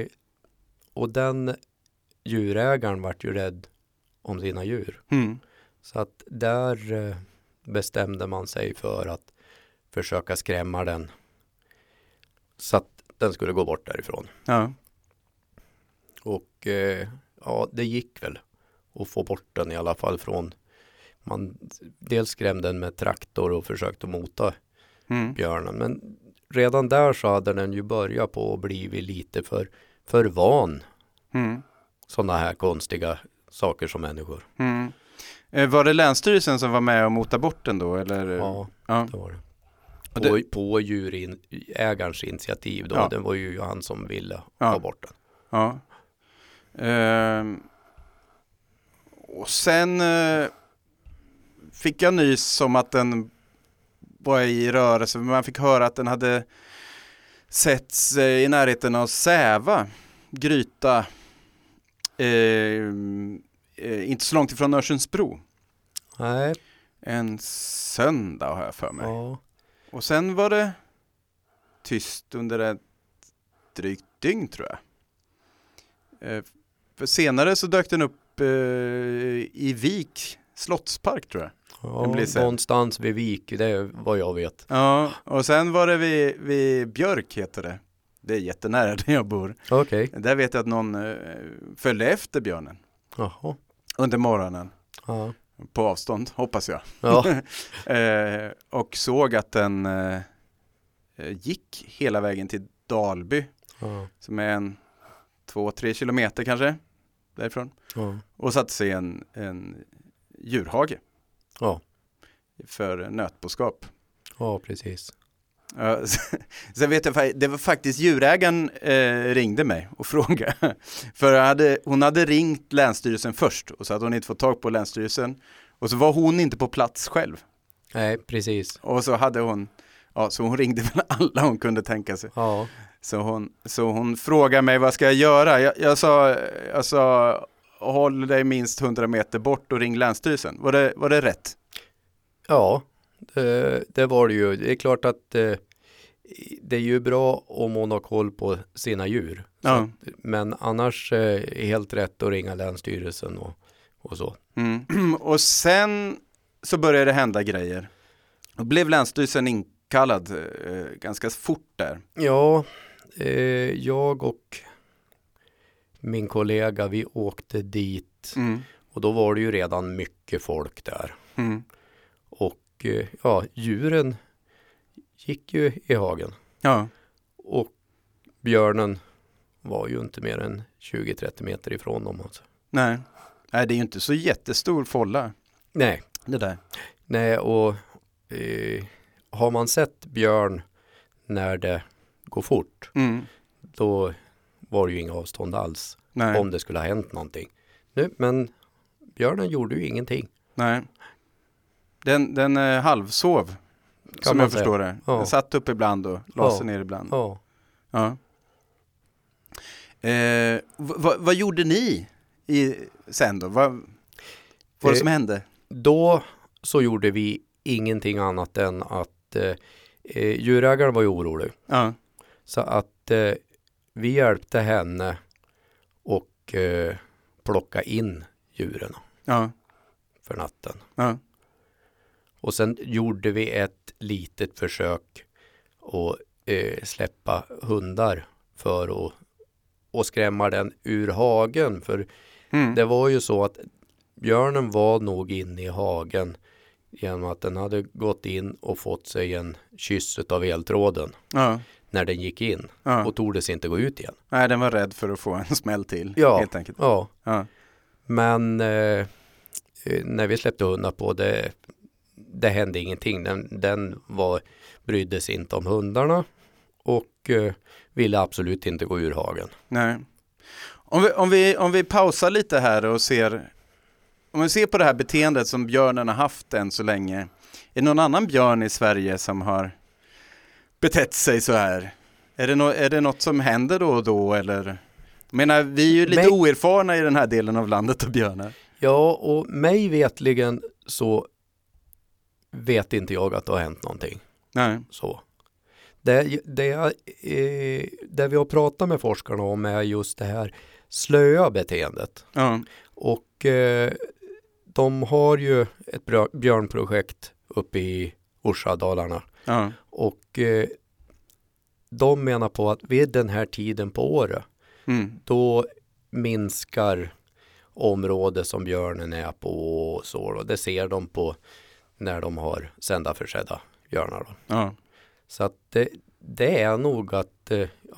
och den djurägaren vart ju rädd om sina djur. Mm. Så att där bestämde man sig för att försöka skrämma den så att den skulle gå bort därifrån. Ja. Och det gick väl att få bort den i alla fall från. Man dels skrämde den med traktor och försökte mota björnen. Men redan där så hade den ju börjat på att bli lite för van. Sådana här konstiga saker som människor. Var det Länsstyrelsen som var med och mota bort den då? Eller? Ja, det var det. På djurägarens initiativ då. Det var ju han som ville ha bort den. Ja. Och sen fick jag nys om att den var i rörelse. Man fick höra att den hade setts i närheten av Säva, Gryta, inte så långt ifrån Örsundsbro. Nej. En söndag har jag för mig. Ja. Och sen var det tyst under ett drygt dygn, tror jag. För senare så dök den upp i Vik slottspark, tror jag. Ja, någonstans vid Vik, det är vad jag vet. Ja, och sen var det vid Björk, heter det. Det är jättenära där jag bor. Okay. Där vet jag att någon följde efter björnen. Jaha. Under morgonen. Ja. På avstånd, hoppas jag. Ja. Och såg att den gick hela vägen till Dalby. Ja. Som är 2-3 kilometer kanske därifrån. Ja. Och satte sig en djurhage. Ja. För nötboskap. Ja, precis. Sen vet jag, det var faktiskt djurägaren ringde mig och frågade. För hon hade ringt Länsstyrelsen först. Och så hade hon inte fått tag på Länsstyrelsen. Och så var hon inte på plats själv. Nej, precis. Och så hade hon, så hon ringde väl alla hon kunde tänka sig. Ja. Så hon frågade mig, vad ska jag göra? Jag sa, håll dig minst 100 meter bort och ring Länsstyrelsen. Var det rätt? Ja, det var det ju. Det är klart att det är ju bra om man har koll på sina djur. Ja. Men annars är helt rätt att ringa Länsstyrelsen och så. Och sen så började det hända grejer. Och blev Länsstyrelsen inkallad ganska fort där? Ja, jag och min kollega, vi åkte dit. Och då var det ju redan mycket folk där. Och djuren gick ju i hagen. Ja. Och björnen var ju inte mer än 20-30 meter ifrån dem. Alltså. Nej, det är ju inte så jättestor folla. Nej. Det där. Nej, och har man sett björn när det går fort, då var det ju inga avstånd alls. Nej. Om det skulle ha hänt någonting. Men björnen gjorde ju ingenting. Nej. Den halvsov, som jag förstår det. Ja. Den satt upp ibland och la sig ner ibland. Ja. Ja. Vad gjorde ni sen då? Vad var det som hände? Då så gjorde vi ingenting annat än att djurägaren var ju orolig. Ja. Så att vi hjälpte henne och plocka in djuren för natten. Ja. Och sen gjorde vi ett litet försök att släppa hundar för att skrämma den ur hagen. För det var ju så att björnen var nog inne i hagen genom att den hade gått in och fått sig en kyss av eltråden när den gick in och tordes inte gå ut igen. Nej, den var rädd för att få en smäll till, helt enkelt. Ja. Men när vi släppte hundar på det hände ingenting. Den brydde sig inte om hundarna och ville absolut inte gå ur hagen. Nej. Om vi pausar lite här och om vi ser på det här beteendet som björnen har haft än så länge. Är det någon annan björn i Sverige som har betett sig så här? Är det något som händer då och då? Eller? Jag menar, vi är ju lite oerfarna i den här delen av landet av björnar. Ja, och mig vetligen så vet inte jag att det har hänt någonting. Nej. Så. Det vi har pratat med forskarna om är just det här slöa beteendet. Ja. Och de har ju ett björnprojekt uppe i Orsadalarna. Ja. Och de menar på att vid den här tiden på året då minskar området som björnen är på och så. Och det ser de på när de har sändarförsedda björnar. Då. Ja. Så att det är nog att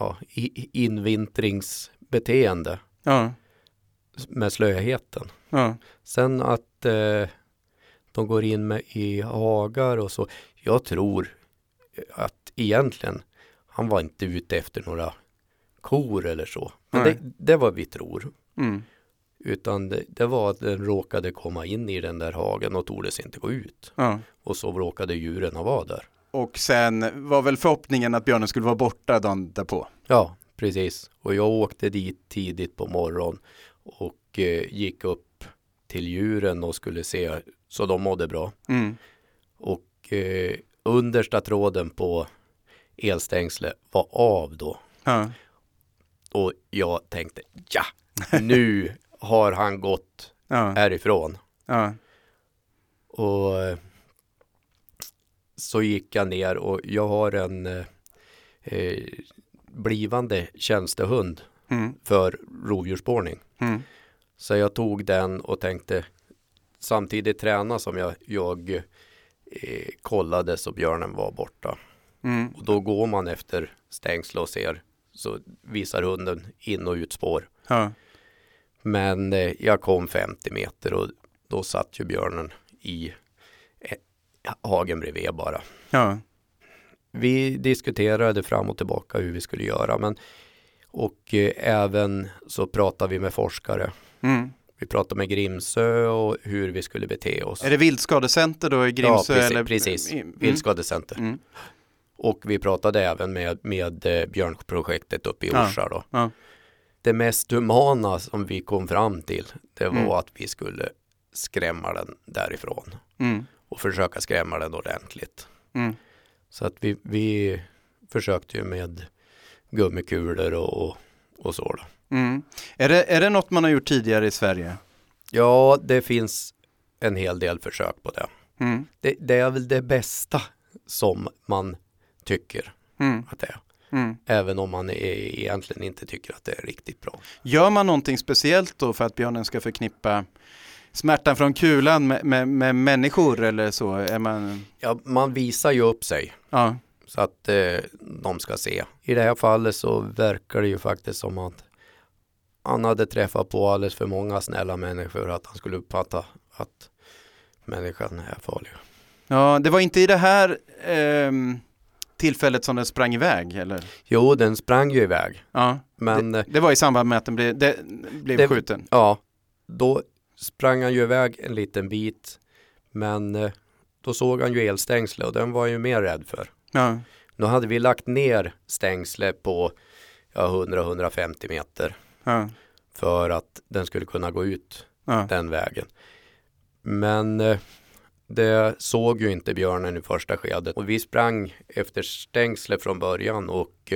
invintringsbeteende med slöheten. Ja. Sen att de går in med i hagar och så. Jag tror att egentligen han var inte ute efter några kor eller så. Men det var vi tror. Mm. Utan det var att den råkade komma in i den där hagen och tordes inte gå ut. Ja. Och så råkade djuren vara där. Och sen var väl förhoppningen att björnen skulle vara borta dagen därpå. Ja, precis. Och jag åkte dit tidigt på morgon och gick upp till djuren och skulle se så de mådde bra. Mm. Och understa tråden på elstängslet var av då. Ja. Och jag tänkte, nu har han gått härifrån. Ja. Och så gick jag ner och jag har en blivande tjänstehund för rovdjursspårning. Mm. Så jag tog den och tänkte samtidigt träna som jag kollade så björnen var borta. Mm. Och då går man efter stängsel och ser, så visar hunden in- och utspår. Ja. Men jag kom 50 meter och då satt ju björnen i hagen bredvid bara. Ja. Vi diskuterade fram och tillbaka hur vi skulle göra. Och även så pratade vi med forskare. Mm. Vi pratade med Grimsö och hur vi skulle bete oss. Är det viltskadecenter då i Grimsö? Ja, precis. Viltskadecenter. Mm. Och vi pratade även med björnprojektet uppe i Orsa då. Ja. Det mest humana som vi kom fram till, det var att vi skulle skrämma den därifrån. Mm. Och försöka skrämma den ordentligt. Mm. Så att vi försökte ju med gummikulor och så då. Mm. Är det något man har gjort tidigare i Sverige? Ja, det finns en hel del försök på det. Mm. Det är väl det bästa som man tycker att det är. Mm. Även om man egentligen inte tycker att det är riktigt bra. Gör man någonting speciellt då för att björnen ska förknippa smärtan från kulan med människor eller så? Är man... Ja, man visar ju upp sig. Ja. Så att de ska se. I det här fallet så verkar det ju faktiskt som att han hade träffat på alldeles för många snälla människor att han skulle uppfatta att människan är farlig. Ja, det var inte i det här tillfället som den sprang iväg, eller? Jo, den sprang ju iväg. Ja, men det var i samband med att den blev skjuten. Ja, då sprang han ju iväg en liten bit. Men då såg han ju elstängslet och den var ju mer rädd för. Ja. Nu hade vi lagt ner stängslet på 100-150 meter. Ja. För att den skulle kunna gå ut den vägen. Men det såg ju inte björnen i första skedet. Och vi sprang efter stängslet från början och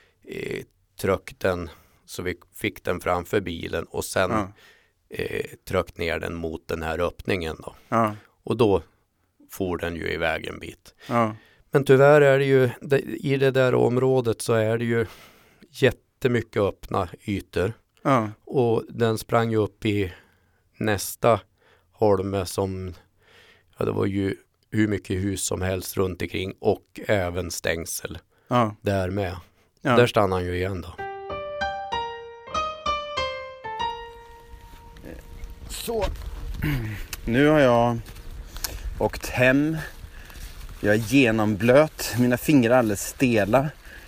tryckte den så vi fick den framför bilen. Och sen tryckte ner den mot den här öppningen då. Ja. Och då får den ju iväg en bit. Ja. Men tyvärr är det ju, i det där området så är det ju jättemycket öppna ytor. Ja. Och den sprang ju upp i nästa holme som, det var ju hur mycket hus som helst runt omkring och även stängsel där med. Ja. Där stannar han ju igen då. Så, nu har jag åkt hem. Jag är genomblöt, mina fingrar är alldeles stela.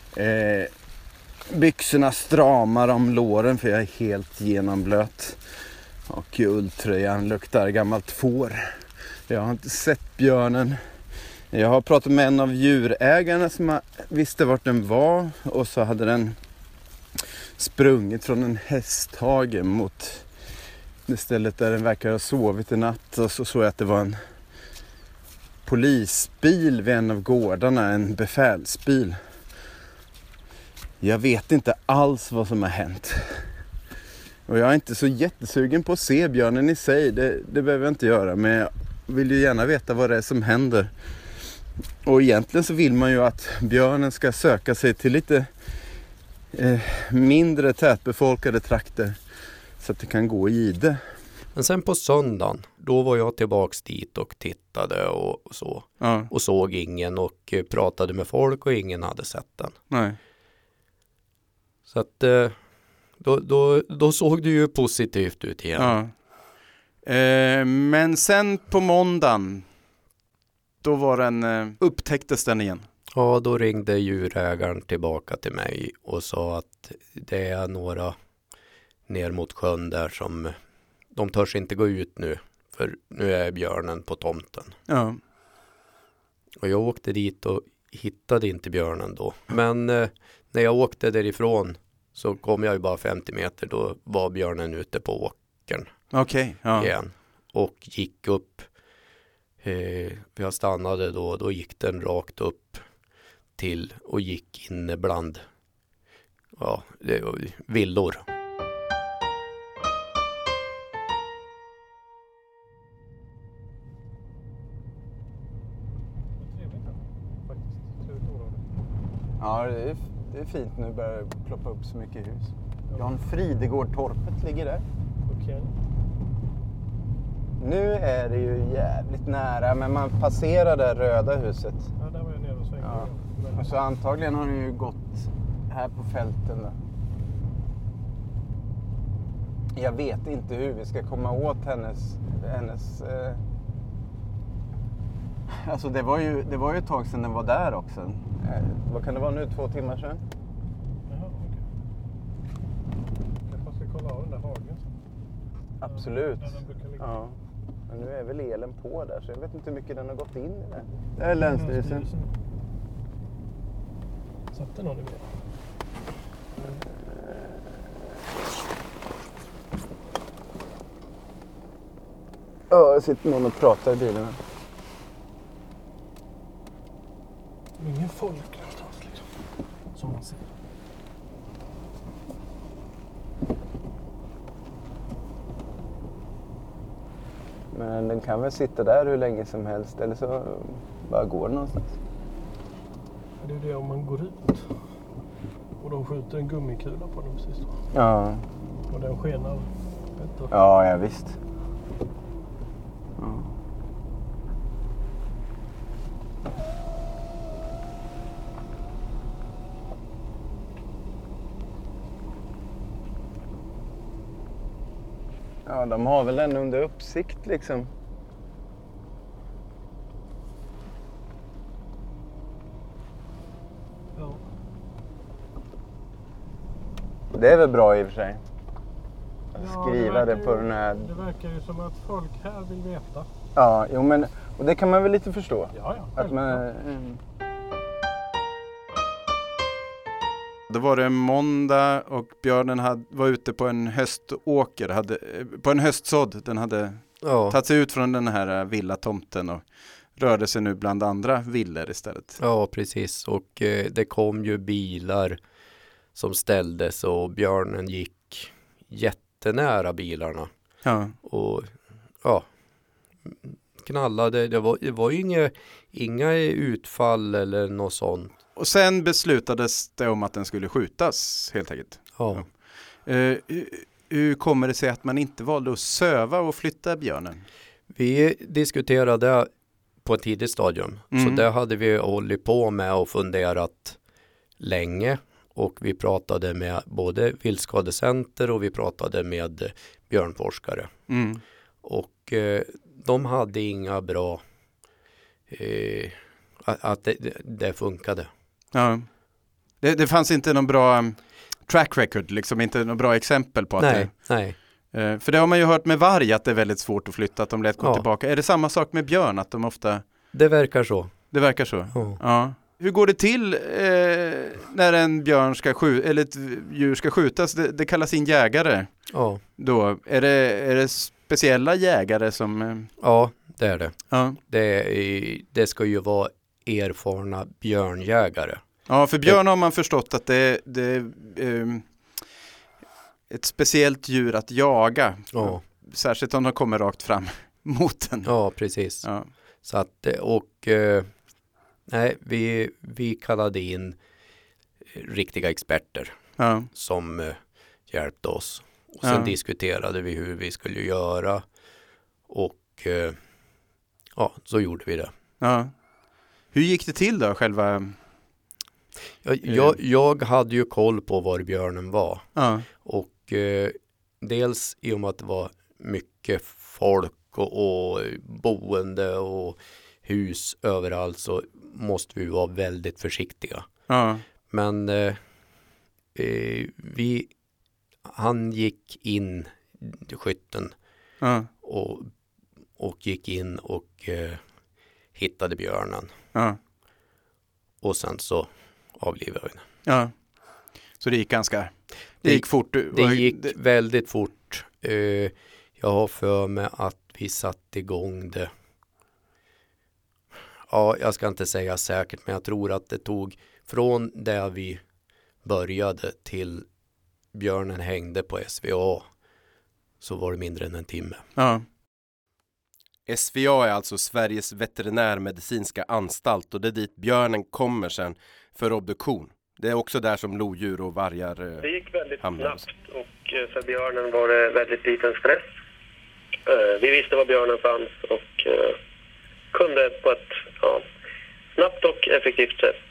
Byxorna stramar om låren för jag är helt genomblöt. Och ulltröjan luktar gammalt får. Jag har inte sett björnen. Jag har pratat med en av djurägarna som visste vart den var. Och så hade den sprungit från en hästhage mot det stället där den verkar ha sovit i natt. Och så såg jag att det var en polisbil vid en av gårdarna, en befälsbil. Jag vet inte alls vad som har hänt. Och jag är inte så jättesugen på att se björnen i sig. Det behöver jag inte göra. Men jag vill ju gärna veta vad det är som händer. Och egentligen så vill man ju att björnen ska söka sig till lite mindre tätbefolkade trakter. Så att det kan gå i ide. Men sen på söndagen, då var jag tillbaks dit och tittade och så. Ja. Och såg ingen och pratade med folk och ingen hade sett den. Nej. Så att då såg det ju positivt ut igen. Ja. Men sen på måndagen, då var upptäcktes den igen. Ja, då ringde djurägaren tillbaka till mig och sa att det är några ner mot sjön där som de törs inte gå ut nu, för nu är björnen på tomten. Ja. Och jag åkte dit och hittade inte björnen då. Men när jag åkte därifrån så kom jag ju bara 50 meter, då var björnen ute på åkern. Okej, ja. Igen. Och gick upp. Jag stannade då gick den rakt upp till och gick inne bland villor. Ja, det är fint nu börjar ploppa upp så mycket hus. Jan Fridegård-torpet ligger där. Okej. Nu är det ju jävligt nära, men man passerar det röda huset. Ja, där var jag nere och svängde. Ja. Och så antagligen har den ju gått här på fälten då. Jag vet inte hur vi ska komma åt hennes alltså det var ju ett tag sedan den var där också. Vad kan det vara nu, 2 timmar sedan? Jaha, okej. Kanske man ska kolla av den där hagen sen. Absolut. Där den brukar ligga. Ja. Men nu är väl elen på där, så jag vet inte hur mycket den har gått in i det. Det är Länsstyrelsen. Satt det någon i bilen? Ja, jag sitter någon och pratar i bilen. Ingen folk någonstans liksom. Som man ser. Men den kan väl sitta där hur länge som helst, eller så bara går den någonstans. Det är ju det om man går ut. Och de skjuter en gummikula på den precis då. Ja. Och den skenar. Ja, visst. Ja. Ja, de har väl den under uppsikt liksom. Ja. Det är väl bra i och för sig. Ja, Skriva det på den här... Det verkar ju som att folk här vill veta. Ja, jo men... Och det kan man väl lite förstå. Ja, att man... Då var det måndag och björnen var ute på en höståker. På en höstsådd. Den hade tagit sig ut från den här villatomten och rörde sig nu bland andra villor istället. Ja, precis. Och det kom ju bilar som ställdes och björnen gick jättenära bilarna. Ja. Och knallade. Det var ju inga utfall eller något sånt. Och sen beslutades det om att den skulle skjutas helt enkelt. Ja. Hur kommer det sig att man inte valde att söva och flytta björnen? Vi diskuterade på ett tidigt stadium. Så det hade vi hållit på med och funderat länge. Och vi pratade med både Viltskadecenter och vi pratade med björnforskare. Och de hade inga bra... att det funkade. Ja. Det fanns inte någon bra track record, liksom inte någon bra exempel på att Nej. För det har man ju hört med varg att det är väldigt svårt att flytta, att de lätt går tillbaka. Är det samma sak med björn, att de ofta... Det verkar så. Det verkar så? Ja. Hur går det till när en björn eller ett djur ska skjutas? Det kallas in jägare. Ja. Då, är det speciella jägare som... Ja, det är det. Ja. Det ska ju vara erfarna björnjägare. Ja, för björn har man förstått att ett speciellt djur att jaga. Ja. Särskilt om de kommer rakt fram mot den. Ja, precis. Ja. Så att, nej, vi kallade in riktiga experter som hjälpte oss. Och sen diskuterade vi hur vi skulle göra och så gjorde vi det. Ja. Hur gick det till då själva? Jag hade ju koll på var björnen var. Ja. Och dels i och med att det var mycket folk och boende och hus överallt så måste vi vara väldigt försiktiga. Ja. Men han gick in, skytten, och gick in och hittade björnen. Ja. Och sen så avlivade vi den. Ja. Så det gick det gick fort? Det gick väldigt fort. Jag har för mig att vi satte igång det. Ja, jag ska inte säga säkert, men jag tror att det tog från där vi började till björnen hängde på SVA så var det mindre än en timme. Ja. SVA är alltså Sveriges veterinärmedicinska anstalt och det är dit björnen kommer sen för obduktion. Det är också där som lodjur och vargar Det gick väldigt hamnar. snabbt och för björnen var det väldigt liten stress. Vi visste var björnen fanns och kunde på ett snabbt och effektivt sätt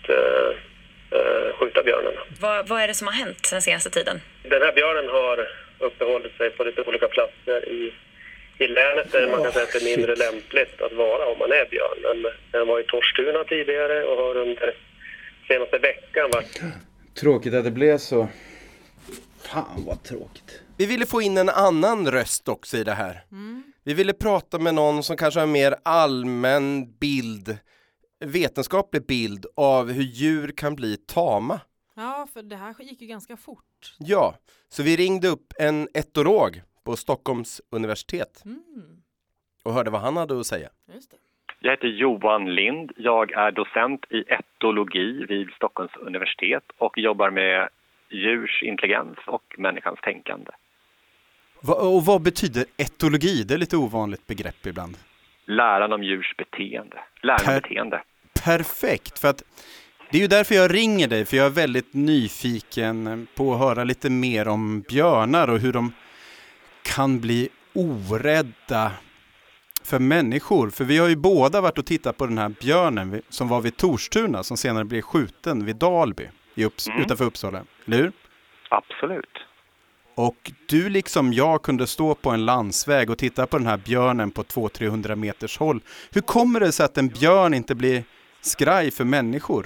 skjuta björnen. Vad är det som har hänt den senaste tiden? Den här björnen har uppehållit sig på lite olika platser i länet där man kan säga att det är mindre lämpligt att vara om man är björn. Men den var i Torstuna tidigare och har under senaste veckan varit... Tråkigt att det blev så. Fan vad tråkigt. Vi ville få in en annan röst också i det här. Vi ville prata med någon som kanske har en mer allmän bild, vetenskaplig bild av hur djur kan bli tama. Ja, för det här gick ju ganska fort. Ja, så vi ringde upp en etolog på Stockholms universitet och hörde vad han hade att säga. Just det. Jag heter Johan Lind. Jag är docent i etologi vid Stockholms universitet och jobbar med djurs intelligens och människans tänkande. Och vad betyder etologi? Det är lite ovanligt begrepp ibland. Läran om djurs beteende. Lärbeteende. Perfekt, för att det är ju därför jag ringer dig, för jag är väldigt nyfiken på att höra lite mer om björnar och hur de kan bli orädda för människor. För vi har ju båda varit och tittat på den här björnen som var vid Torstuna som senare blev skjuten vid Dalby utanför Uppsala, eller hur? Absolut. Och du liksom jag kunde stå på en landsväg och titta på den här björnen på 200-300 meters håll. Hur kommer det sig att en björn inte blir skraj för människor?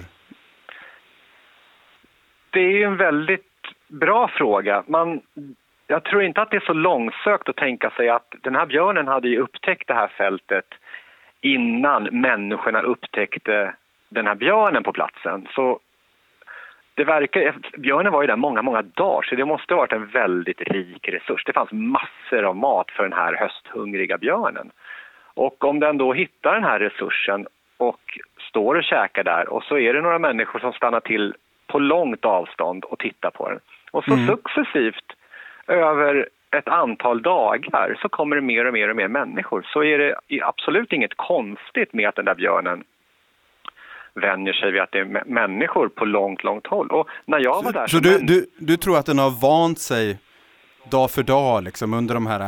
Det är ju en väldigt bra fråga. Jag tror inte att det är så långsökt att tänka sig att den här björnen hade ju upptäckt det här fältet innan människorna upptäckte den här björnen på platsen. Så det verkar, björnen var ju där många dagar, så det måste ha varit en väldigt rik resurs. Det fanns massor av mat för den här hösthungriga björnen. Och om den då hittar den här resursen och står och käkar där och så är det några människor som stannar till på långt avstånd och tittar på den. Och så successivt över ett antal dagar så kommer det mer och mer människor. Så är det absolut inget konstigt med att den där björnen vänjer sig vid att det är människor på långt håll. Och när jag var där... Så du tror att den har vant sig dag för dag liksom, under de här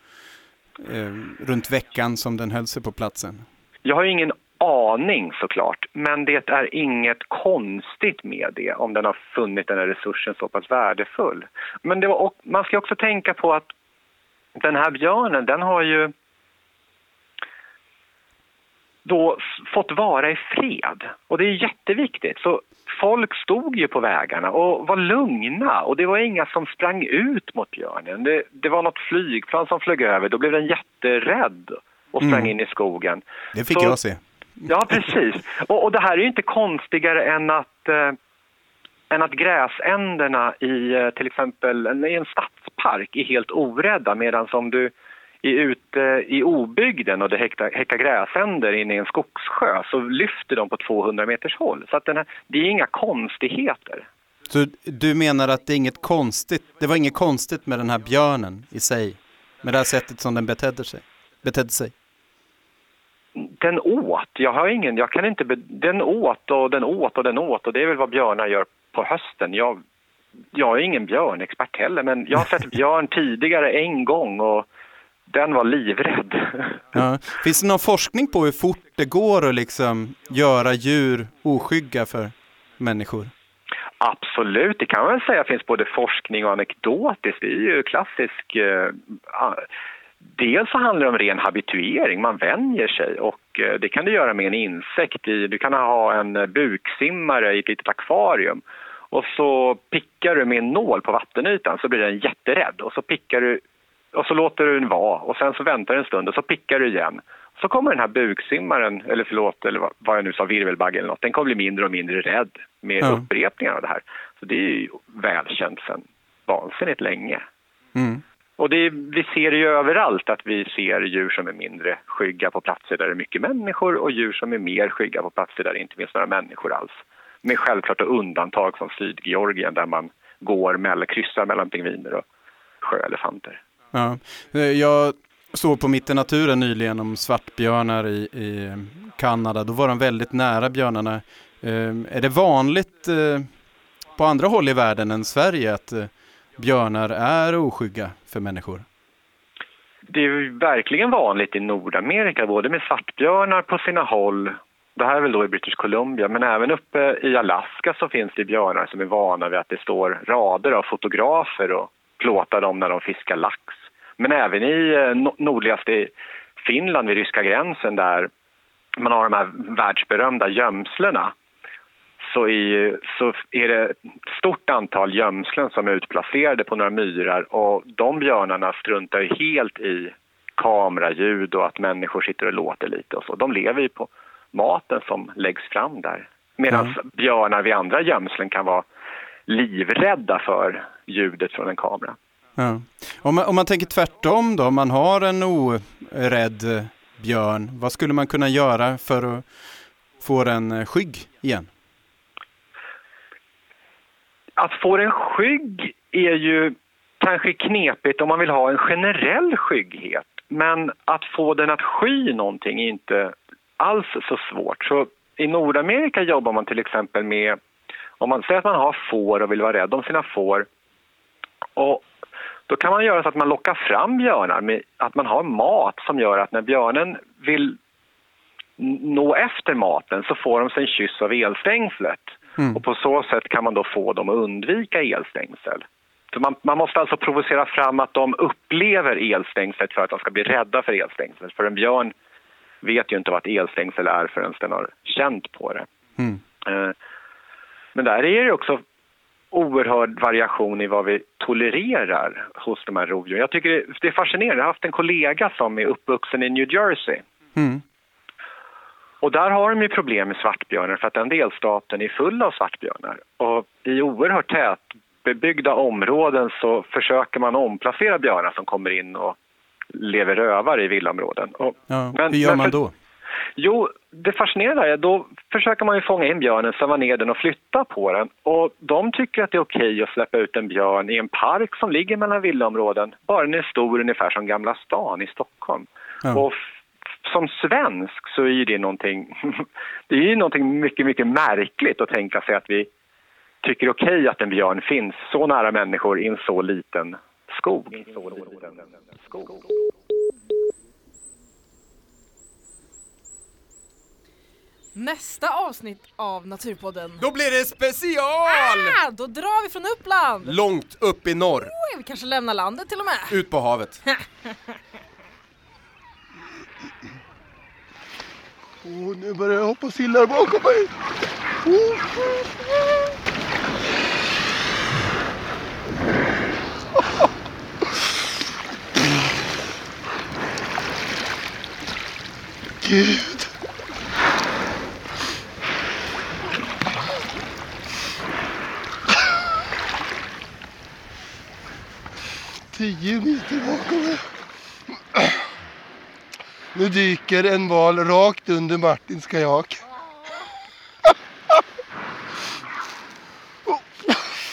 runt veckan som den höll sig på platsen? Jag har ju ingen aning såklart, men det är inget konstigt med det om den har funnit den här resursen så pass värdefull. Men man ska också tänka på att den här björnen, den har ju då fått vara i fred. Och det är jätteviktigt. Så folk stod ju på vägarna och var lugna. Och det var inga som sprang ut mot björnen. Det var något flygplan som flög över. Då blev den jätterädd och sprang in i skogen. Det fick jag se. Ja, precis. Och det här är ju inte konstigare än att gräsänderna i till exempel i en stadspark är helt orädda, medan som du är ute i obygden och det häckar gräsänder inne i en skogssjö så lyfter de på 200 meters håll. Så att det är inga konstigheter. Så du menar att det är inget konstigt, det var inget konstigt med den här björnen i sig? Med det här sättet som den betedde sig? Den åt, den åt och det är väl vad björnar gör på hösten. Jag är ingen björnexpert heller, men jag har sett björn tidigare en gång och den var livrädd. Ja. Finns det någon forskning på hur fort det går att liksom göra djur oskygga för människor? Absolut, det kan man väl säga finns både forskning och anekdotiskt. Det är ju klassisk... Dels så handlar det om ren habituering, man vänjer sig och det kan du göra med en insekt. Du kan ha en buksimmare i ett litet akvarium och så pickar du med en nål på vattenytan så blir den jätterädd och så pickar du och så låter du den vara och sen så väntar du en stund och så pickar du igen. Så kommer den här buksimmaren, eller vad jag nu sa, virvelbagge eller något, den kommer bli mindre och mindre rädd med upprepningar av det här. Så det är ju välkänt sedan vansinnigt länge. Mm. Och vi ser det ju överallt att vi ser djur som är mindre skygga på platser där det är mycket människor och djur som är mer skygga på platser där det inte finns några människor alls. Med självklart undantag som Sydgeorgien där man kryssar mellan pingviner och sjöelefanter. Ja. Jag såg på Mitt i naturen nyligen om svartbjörnar i Kanada. Då var de väldigt nära björnarna. Är det vanligt på andra håll i världen än Sverige att björnar är oskygga för människor? Det är verkligen vanligt i Nordamerika, både med svartbjörnar på sina håll. Det här är väl då i British Columbia, men även uppe i Alaska så finns det björnar som är vana vid att det står rader av fotografer och plåtar dem när de fiskar lax. Men även i nordligaste Finland vid ryska gränsen där man har de här världsberömda gömslena så är det ett stort antal gömslen som är utplacerade på några myrar och de björnarna struntar ju helt i kameraljud och att människor sitter och låter lite och så. De lever ju på maten som läggs fram där. Medan björnar vid andra gömslen kan vara livrädda för ljudet från en kamera. Ja. Om man tänker tvärtom då, om man har en orädd björn, vad skulle man kunna göra för att få den skygg igen? Att få den skygg är ju kanske knepigt om man vill ha en generell skygghet. Men att få den att sky någonting är inte alls så svårt. Så i Nordamerika jobbar man till exempel med, om man säger att man har får och vill vara rädd om sina får. Och då kan man göra så att man lockar fram björnar med att man har mat som gör att när björnen vill nå efter maten så får de sig en kyss av elstängslet. Och på så sätt kan man då få dem att undvika elstängsel. Så man måste alltså provocera fram att de upplever elstängslet för att de ska bli rädda för elstängslet. För en björn vet ju inte vad ett elstängsel är förrän den har känt på det. Men där är det också oerhörd variation i vad vi tolererar hos de här rovdjuren. Jag tycker det är fascinerande. Jag har haft en kollega som är uppvuxen i New Jersey. Och där har de ju problem med svartbjörnar för att den delstaten är full av svartbjörnar. Och i oerhört tätbebyggda områden så försöker man omplacera björnar som kommer in och lever rövare i villaområden. Hur gör man då? Jo, det fascinerande är då försöker man ju fånga in björnen, samla ner den och flytta på den. Och de tycker att det är okej att släppa ut en björn i en park som ligger mellan villaområden. Bara den är stor ungefär som Gamla stan i Stockholm. Och som svensk så är det någonting, det är ju någonting mycket, mycket märkligt att tänka sig att vi tycker okej att en björn finns så nära människor i en så liten skog. Nästa avsnitt av Naturpodden. Då blir det special! Då drar vi från Uppland. Långt upp i norr. Vi kanske lämnar landet till och med. Ut på havet. Nu börjar jag hoppa sillar bakom mig. Gud. Tio meter bakom mig. Nu dyker en val rakt under Martins kajak.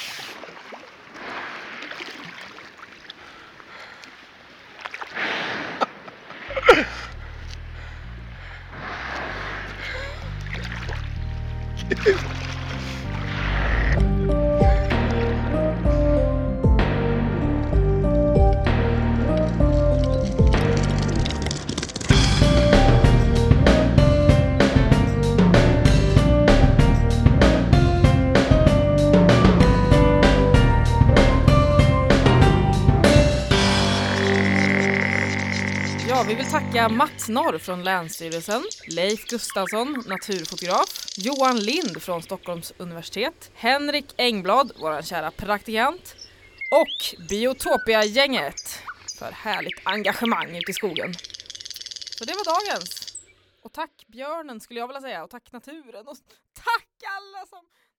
vi vill tacka Mats Norr från Länsstyrelsen, Leif Gustafsson, naturfotograf, Johan Lind från Stockholms universitet, Henrik Engblad, våran kära praktikant, och Biotopia-gänget för härligt engagemang ute i skogen. Så det var dagens. Och tack björnen skulle jag vilja säga, och tack naturen, och tack alla som